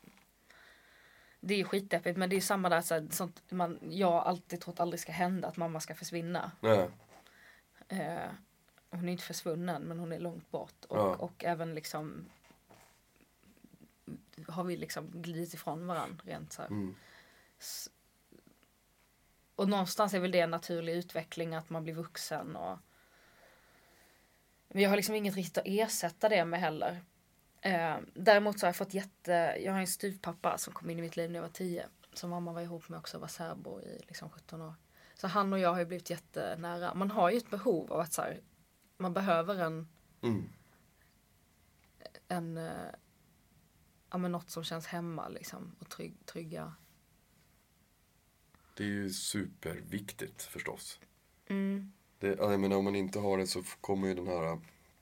det är ju skitdeppigt, men det är ju samma där så här, sånt man, jag har alltid trott aldrig ska hända, att mamma ska försvinna. Nej. Eh, hon är inte försvunnen, men hon är långt bort. Och, ja. och även liksom har vi liksom glidit ifrån varandra rent så här. Mm. S- och någonstans är väl det en naturlig utveckling, att man blir vuxen. Och men jag har liksom inget riktigt att ersätta det med heller. Eh, däremot så har jag fått jätte... Jag har en styvpappa som kom in i mitt liv när jag var tio. Som mamma var ihop med också, var särbo i liksom sjutton år. Så han och jag har ju blivit jättenära. Man har ju ett behov av att så här, man behöver en... Mm. En... Eh, ja, men något som känns hemma liksom. Och trygg, trygga. Det är ju superviktigt förstås. Mm. Det, jag menar, om man inte har det så kommer ju den här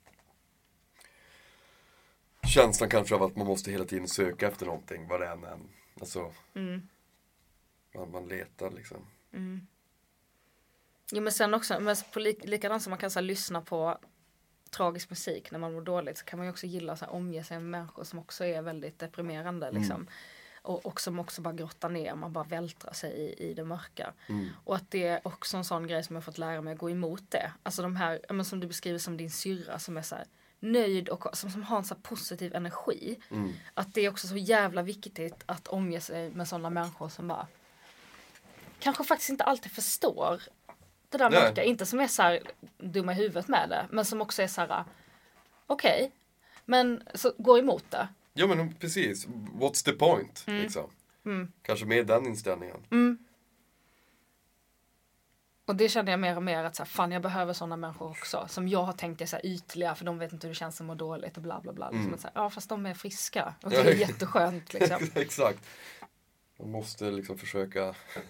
känslan kanske av att man måste hela tiden söka efter någonting, vad det än är. Alltså, mm. man, man letar liksom. Mm. Jo, men sen också, men på lik, likadant som man kan så här, lyssna på tragisk musik när man mår dåligt, så kan man ju också gilla att omge sig med människor som också är väldigt deprimerande liksom. Mm. Och, och som också bara grottar ner, man bara vältrar sig i, i det mörka. Mm. Och att det är också en sån grej som jag har fått lära mig att gå emot det. Alltså de här, men som du beskriver som din syrra som är så här nöjd och som, som har en så här positiv energi. Mm. Att det är också så jävla viktigt att omge sig med sådana människor som bara kanske faktiskt inte alltid förstår det där mörka. Inte som är så här dumma i huvudet med det, men som också är så här okej, okay, men så går emot det. Ja, men precis. What's the point? Mm. Liksom. Mm. Kanske mer den inställningen. Mm. Och det kände jag mer och mer att så här, fan, jag behöver sådana människor också. Som jag har tänkt är så här ytliga, för de vet inte hur det känns att må dåligt och bla bla bla. Mm. Liksom att så här, ja, fast de är friska. Och det är jätteskönt liksom. Exakt. Man måste liksom försöka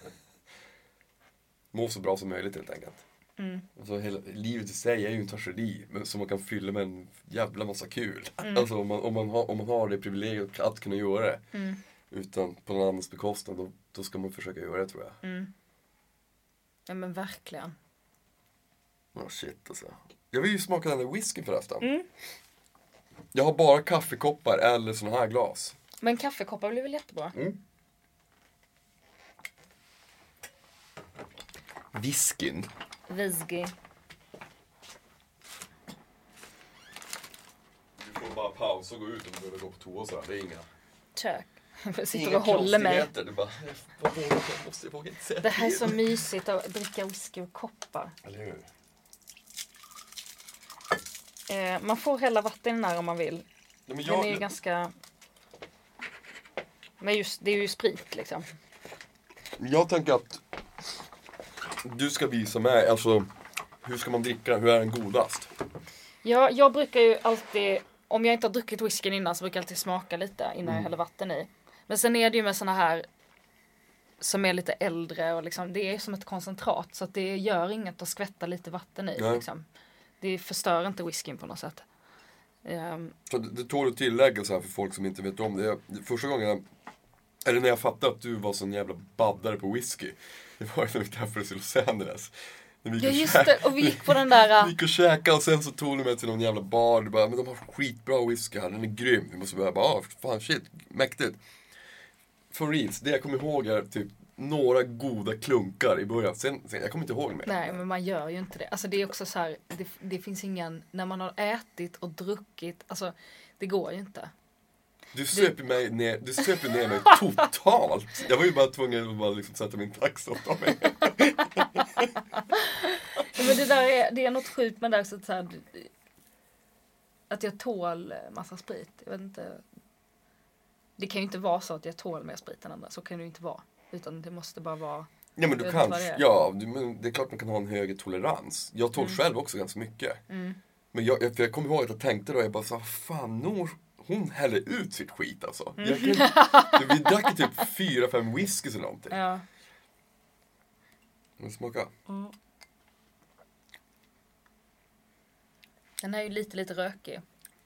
må så bra som möjligt helt enkelt. Mm. Alltså, hela, livet i sig är ju en tragedi, men som man kan fylla med en jävla massa kul. Mm. Alltså om man, om, man har, om man har det privilegiet att kunna göra det mm. utan på någon annans bekostnad, då, då ska man försöka göra det, tror jag. Mm. Ja men verkligen. Ja oh, shit alltså. Jag vill ju smaka den där whisky förresten. Mm. Jag har bara kaffekoppar eller såna här glas. Men kaffekoppar blir väl jättebra. Mm. Whiskyn. Whisky. Du får bara pausa och gå ut om du behöver gå på toa och sådär. Det är inga... Tök. Jag sitter inga och håller mig. Du bara, jag vågar, jag måste, jag vågar inte säga det här är så mysigt att dricka whisky och koppar. Eller hur? Eh, man får hälla vatten i den här om man vill. Ja, men Den jag... är ju ganska... Men just, det är ju sprit liksom. Jag tänker att du ska visa mig, alltså hur ska man dricka, hur är den godast? Ja, jag brukar ju alltid, om jag inte har druckit whiskyn innan så brukar jag alltid smaka lite innan mm. jag häller vatten i. Men sen är det ju med såna här som är lite äldre och liksom, det är som ett koncentrat så att det gör inget att skvätta lite vatten i. Liksom. Det förstör inte whiskyn på något sätt. Um, så det, det tål att tillägga så här för folk som inte vet om det. Första gången, eller när jag fattade att du var sån jävla baddare på whisky. Det var ju när vi träffades i Los Angeles. Ja just det, och vi gick på den där... Vi gick och käkade och sen så tog de med till någon jävla bar. Du bara, men de har skitbra whisky här, den är grym. Vi måste börja bara, ah, fan shit, mäktigt. For reals, det jag kommer ihåg är typ några goda klunkar i början. Sen, sen jag kommer inte ihåg mer. Nej, men man gör ju inte det. Alltså det är också så här, det, det finns ingen, när man har ätit och druckit, alltså det går ju inte. Du söp mig ner, du söp ner mig totalt. Jag var ju bara tvungen att bara liksom sätta min tax och ta mig. Men det där är, det är något sjukt med det där så att, så här, att jag tål massa sprit. Jag vet inte. Det kan ju inte vara så att jag tål mer sprit än andra. Så kan det ju inte vara. Utan det måste bara vara... Ja men du kan, ja du, men det är klart man kan ha en högre tolerans. Jag tål mm. själv också ganska mycket. Mm. Men jag, för jag kommer ihåg att jag tänkte då, jag bara så fan Nor, hon häller ut sitt skit alltså. Mm. Jag kan, vi drack ju typ fyra, fem whisky eller någonting. Ja. Men smaka. Mm. Den är ju lite, lite rökig.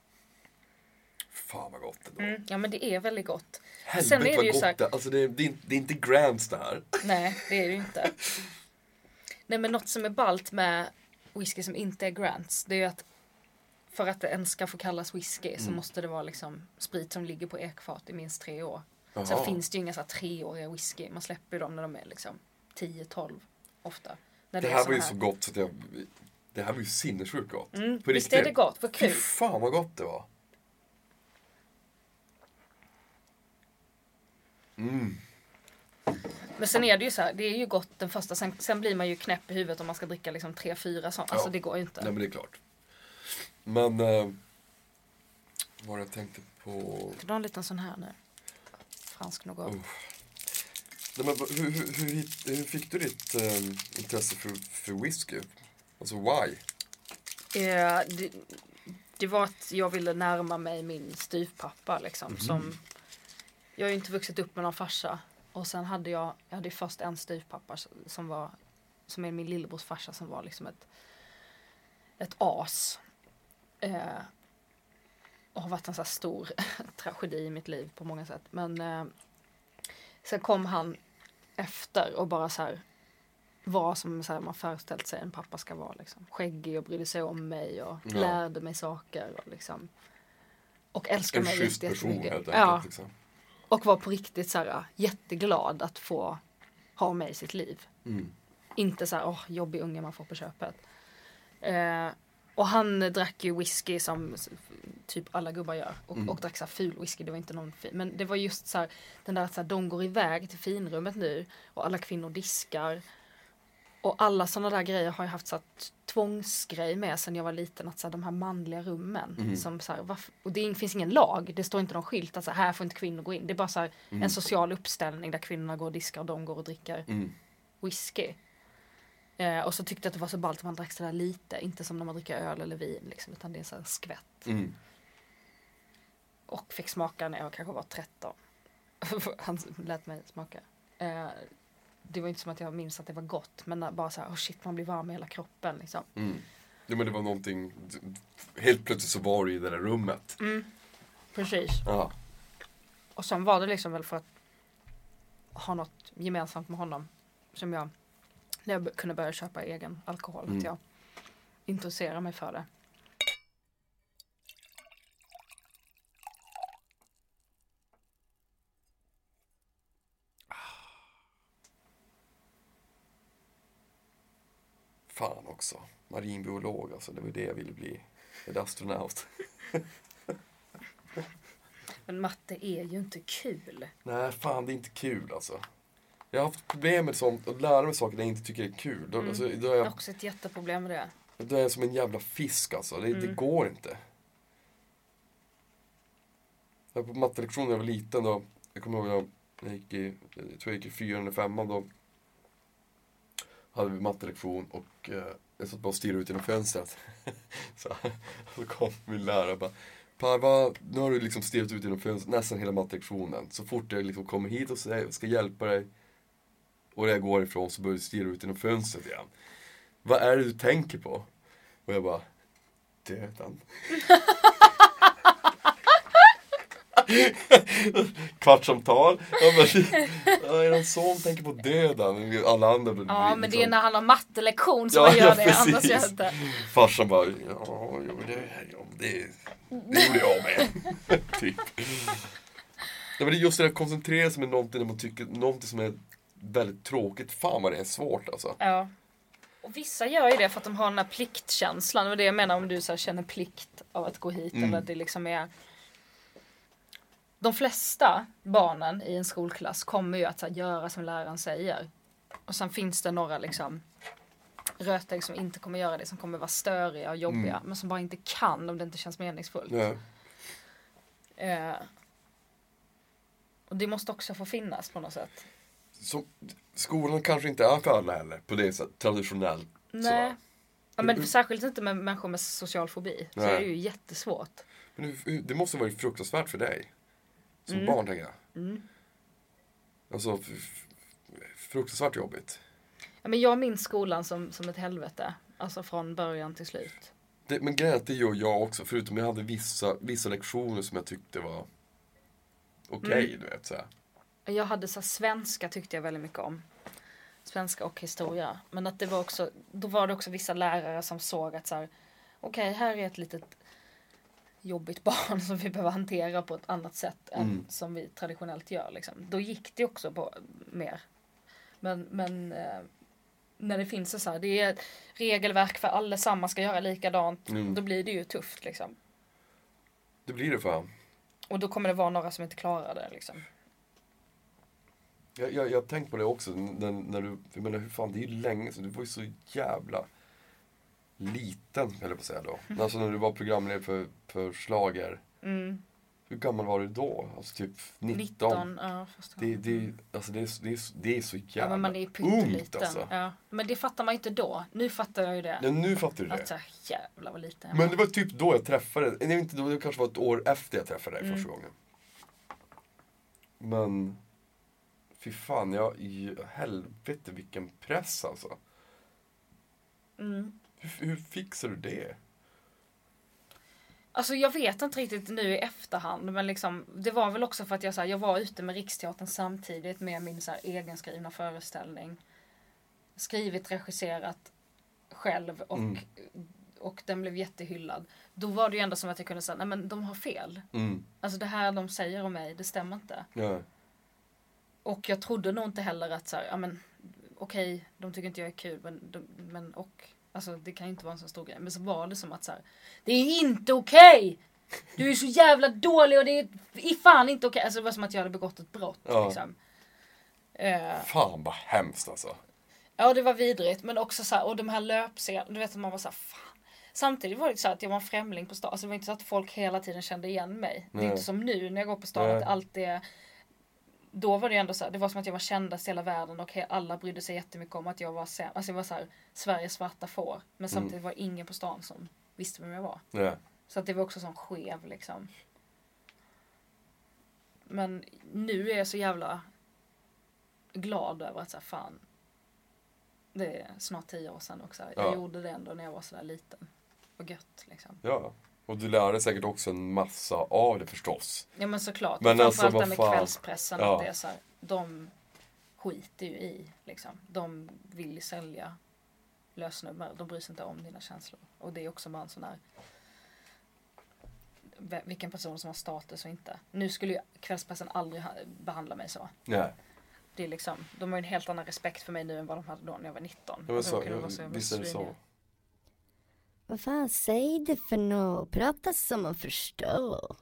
Fan vad gott det då. Mm, ja men det är väldigt gott. Helvete Sen är det vad ju gott så här... det. Alltså det är, det, är, det är inte grants det här. Nej, det är det ju inte. Nej men något som är ballt med whisky som inte är grants, det är ju att för att det ens ska få kallas whisky mm. så måste det vara liksom sprit som ligger på ekfat i minst tre år. Aha. Sen finns det ju inga så här treåriga whisky. Man släpper ju dem när de är liksom tio tolv ofta. När det, det här var ju här... så gott så att jag... Det här var ju sinnessjukt gott. Mm, på visst är det gott, vad kul. Fy fan vad gott det var. Mm. Men sen är det ju så här, det är ju gott den första, sen, sen blir man ju knäpp i huvudet om man ska dricka liksom tre, fyra sånt. Ja. Alltså det går ju inte. Nej men det är klart. Men äh, vad jag tänkte på... Kan du ha en liten sån här nu? Fransk något. Uh. Nej, men, hur, hur, hur, hur fick du ditt äh, intresse för, för whisky? Alltså why? Eh, det, det var att jag ville närma mig min styvpappa liksom. Mm. Som, jag har ju inte vuxit upp med någon farsa. Och sen hade jag, jag hade först en styvpappa som var, som är min lillebrors farsa som var liksom ett, ett as. Eh, och har varit en så här stor tragedi i mitt liv på många sätt. Men eh, sen kom han efter och bara så här var som så här, man föreställt sig en pappa ska vara liksom. Skäggig och brydde sig om mig och ja. lärde mig saker och liksom och älskade mig jättemycket. En schysst person helt enkelt ja. liksom. Och var på riktigt så här jätteglad att få ha mig i sitt liv. Mm. Inte så här, åh, jobbig unge man får på köpet. Eh, och han drack ju whisky som typ alla gubbar gör. Och, mm. och drack så här ful whisky, det var inte någon fin. Men det var just så här, den där att så här, de går iväg till finrummet nu. Och alla kvinnor diskar. Och alla sådana där grejer har jag haft så här tvångsgrej med sen jag var liten. Att så här, de här manliga rummen. Mm. Som, så här, varför, och det finns ingen lag. Det står inte någon skylt att så här, här får inte kvinnor gå in. Det är bara så här, mm. en social uppställning där kvinnorna går och diskar och de går och dricker mm. whisky. Eh, och så tyckte jag att det var så ballt att man drack sådär lite. Inte som när man dricker öl eller vin. Liksom, utan det är så här skvätt. Mm. Och fick smaka när jag kanske var tretton. Han lät mig smaka. Eh, det var inte som att jag minns att det var gott. Men bara så här, oh shit, man blir varm i hela kroppen. Liksom. Mm. Ja, men det var någonting... Helt plötsligt så var du i det där rummet. Mm. Precis. Ja. Och sen var det liksom väl för att ha något gemensamt med honom. Som jag När jag kunde börja köpa egen alkohol. Mm. Att jag intresserar mig för det. Fan också. Marinbiolog, alltså. Det var det jag ville bli. En astronaut. Men matte är ju inte kul. Nej, fan det är inte kul alltså. Jag har haft problem med sånt att lära mig saker jag inte tycker är kul. Då, mm. alltså, då är jag, det är också ett jätteproblem med det. Då är jag som en jävla fisk alltså. Det, mm. det går inte. Jag på mattelektion när jag var liten då. Jag kommer ihåg när jag gick i, jag tror jag gick i fyran eller femman då. Hade vi mattelektion och eh, jag satt bara och stirrade ut genom fönstret. så, så kom min lärare och bara, Parva, nu har du liksom stirrat ut genom fönstret nästan hela mattelektionen. Så fort jag liksom kommer hit och ska hjälpa dig och jag går ifrån så börjar du stirra ut genom fönstret igen. Vad är det du tänker på? Och jag bara, döden. Kvartssamtal. Jag bara, är en son tänker på döden. Alla andra blir, ja, men liksom... det är när han har mattelektion som ja, man gör ja, det. precis. Annars gör inte. Farsan bara, ja, jo, det, ja, det, det gjorde jag med. typ. Ja, men det är just det där koncentrera sig med någonting när man tycker någonting som är väldigt tråkigt. Fan vad det är svårt alltså. Ja. Och vissa gör ju det för att de har den här pliktkänslan. Och det jag menar om du så här, känner plikt av att gå hit. Mm. Eller att det liksom är... De flesta barnen i en skolklass kommer ju att här, göra som läraren säger. Och sen finns det några liksom rötägg som inte kommer göra det. Som kommer vara störiga och jobbiga. Mm. Men som bara inte kan om det inte känns meningsfullt. Ja. Eh, och det måste också få finnas på något sätt. Så, skolan kanske inte är för alla heller. På det sättet traditionellt. Nej. Ja, men särskilt inte med människor med social fobi. Så Nej. är det ju jättesvårt. Men det måste vara fruktansvärt för dig. Som mm. barn, tänker jag. Mm. Alltså, f- f- fruktansvärt jobbigt. Ja, men jag minns skolan som, som ett helvete. Alltså från början till slut. Det, men grejen, det gör jag också. Förutom jag hade vissa, vissa lektioner som jag tyckte var okej, okay, mm. du vet så här. Jag hade så här, svenska tyckte jag väldigt mycket om. Svenska och historia. Men att det var också, då var det också vissa lärare som såg att så här, okej, okay, här är ett litet jobbigt barn som vi behöver hantera på ett annat sätt än mm. som vi traditionellt gör. Liksom. Då gick det också på mer. Men, men eh, när det finns så här, det är ett regelverk för alla samma ska göra likadant, mm. då blir det ju tufft. Liksom. Det blir det fan. Och då kommer det vara några som inte klarar det. Liksom. Jag, jag, jag har tänkt på det också. När, när du, jag menar, hur fan, det är ju länge så du var ju så jävla liten, eller på att säga då. Mm. Alltså när du var programledare för, för Schlager. Mm. Hur gammal var du då? Alltså typ nitton. nitton, ja. Det, det, alltså det, är, det, är, det är så jävla ja, men man är ungt alltså. Ja. Men det fattar man inte då. Nu fattar jag ju det. Ja, nu fattar du det. Att så här, jävla vad liten jag var. Men det var typ då jag träffade dig. Nej, inte då, det kanske var ett år efter jag träffade dig mm. första gången. Men fy fan, jag, helvete vilken press alltså. Mm. Hur, hur fixar du det? Alltså jag vet inte riktigt nu i efterhand, men liksom, det var väl också för att jag, så här, jag var ute med Riksteatern samtidigt med min så här, egenskrivna föreställning. Skrivit, regisserat själv och, mm. och den blev jättehyllad. Då var det ju ändå som att jag kunde säga, nej men de har fel. Mm. Alltså det här de säger om mig, det stämmer inte. Ja. Och jag trodde nog inte heller att så här, ja men okej, okay, de tycker inte jag är kul, men, de, men och... Alltså det kan ju inte vara en så stor grej. Men så var det som att så här, det är inte okej! Okay! Du är så jävla dålig och det är, är fan inte okej. Okay. Alltså det var som att jag hade begått ett brott. Ja. Liksom. Uh, fan vad hemskt alltså. Ja, det var vidrigt. Men också så här, och de här löpscenerna, du vet att man var så här, fan. Samtidigt var det så här att jag var en främling på stan. Alltså det var inte så att folk hela tiden kände igen mig. Nej. Det är inte som nu när jag går på stan. Nej. Att allt är... Då var det ändå så här, det var som att jag var kändast i hela världen och alla brydde sig jättemycket om att jag var sen, alltså jag var så här, Sveriges svarta får, men samtidigt mm. var ingen på stan som visste vem jag var. Ja. Så att det var också sån skev liksom. Men nu är jag så jävla glad över att så här, fan, det är snart tio år sedan också. Jag ja. gjorde det ändå när jag var så där liten. Och gött liksom. Ja. Och du lärde säkert också en massa av det förstås. Ja men såklart. Men framförallt alltså, det med kvällspressen. Ja. Att det är så här, de skiter ju i liksom. De vill ju sälja lösnummer. De bryr sig inte om dina känslor. Och det är också bara en sån här vilken person som har status och inte. Nu skulle ju kvällspressen aldrig ha, behandla mig så. Nej. Det är liksom, de har en helt annan respekt för mig nu än vad de hade då när jag var nitton. Det var så, jag, så visst är det så. Vad fan säger du för något? Prata som man förstår.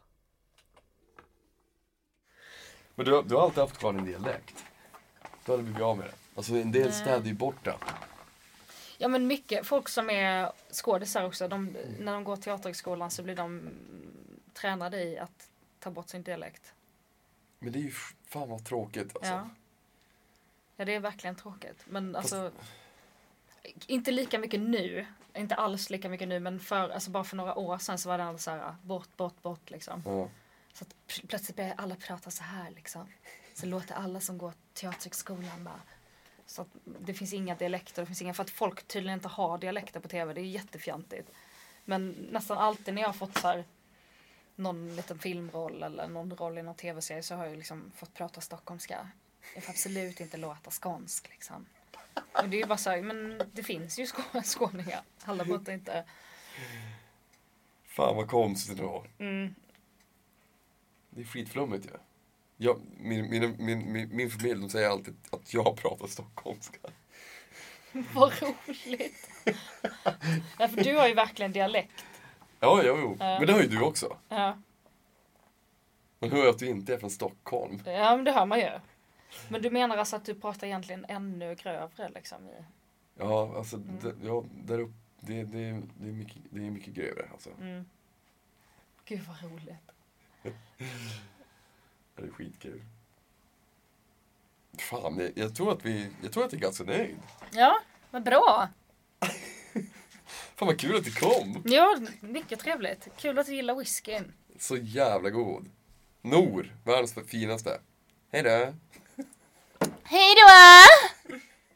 Men du, du har alltid haft kvar en dialekt. Du hade blivit av med det. Alltså en del städer är ju borta. Ja men mycket, folk som är skådisar också, de, när de går till teaterhögskolan så blir de tränade i att ta bort sin dialekt. Men det är ju fan vad tråkigt alltså. Ja, ja det är verkligen tråkigt. Men alltså, Fast... inte lika mycket nu, inte alls lika mycket nu, men för, alltså bara för några år sedan så var det alldeles så här, bort, bort, bort liksom. Ja. Så att plötsligt börjar alla prata så här liksom. Så låter alla som går till teaterhögskolan bara. Så att det finns inga dialekter, det finns inga, för att folk tydligen inte har dialekter på tv, det är jättefjantigt. Men nästan alltid när jag har fått så här, någon liten filmroll eller någon roll i någon tv-serie så har jag liksom fått prata stockholmska. Jag får absolut inte låta skånsk liksom. Och det är ju bara så här, men det finns ju skå- skåningar. Alla pratar inte. Fan vad konstigt då. Mm. Det är skitflummigt ju. Ja. Jag, min, min, min, min, min familj, de säger alltid att jag pratar stockholmska. Vad roligt. Ja, för du har ju verkligen dialekt. Ja, jo, jo. Uh. Men det har ju du också. Ja. Man hör att du inte är från Stockholm. Ja, men det hör man ju. Men du menar alltså att du pratar egentligen ännu grövre liksom i... Ja, alltså, Mm. d- ja, där uppe, det, det, det, är mycket, det är mycket grövre alltså. Mm. Gud vad roligt. Det är skitkul. Fan, jag, jag tror att vi, jag tror att jag är ganska nöjd. Ja, vad bra. Fan vad kul att det kom. Ja, mycket trevligt. Kul att du gillar whiskyn. Så jävla god. Nor, världens finaste. Hej då. Hej då!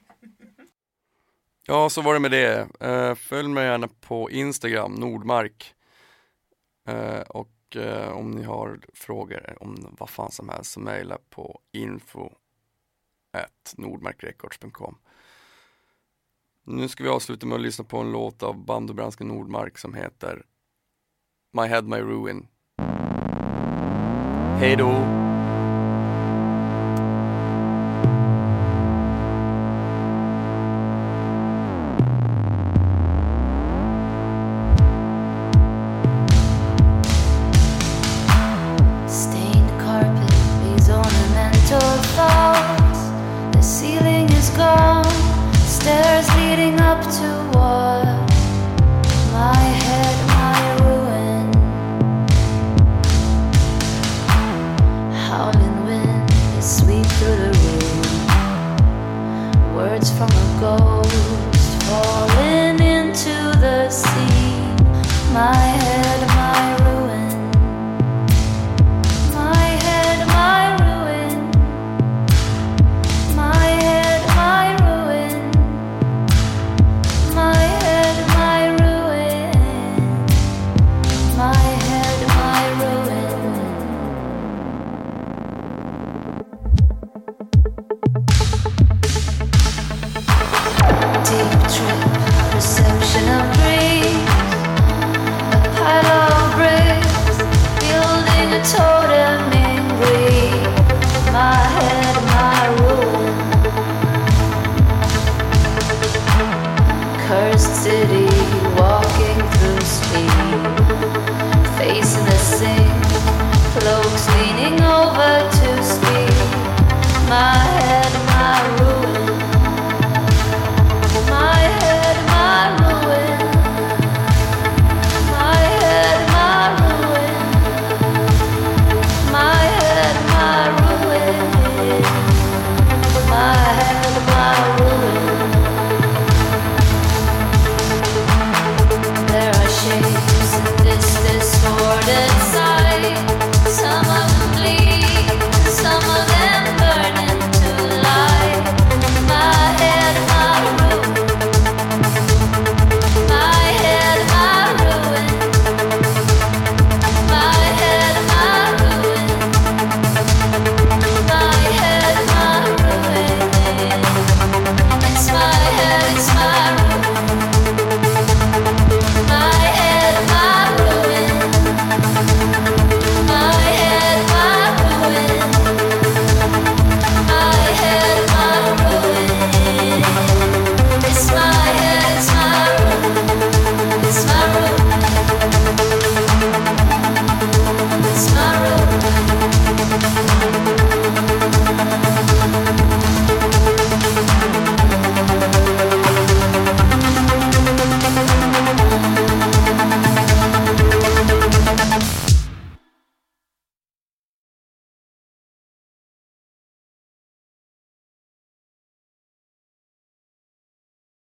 Ja, så var det med det. Uh, följ mig gärna på Instagram, Nordmark. Uh, och uh, om ni har frågor om vad fan som helst så mejla på info at nordmarkrecords punkt com. Nu ska vi avsluta med att lyssna på en låt av bandobransken Nordmark som heter My Head, My Ruin. Hej då! My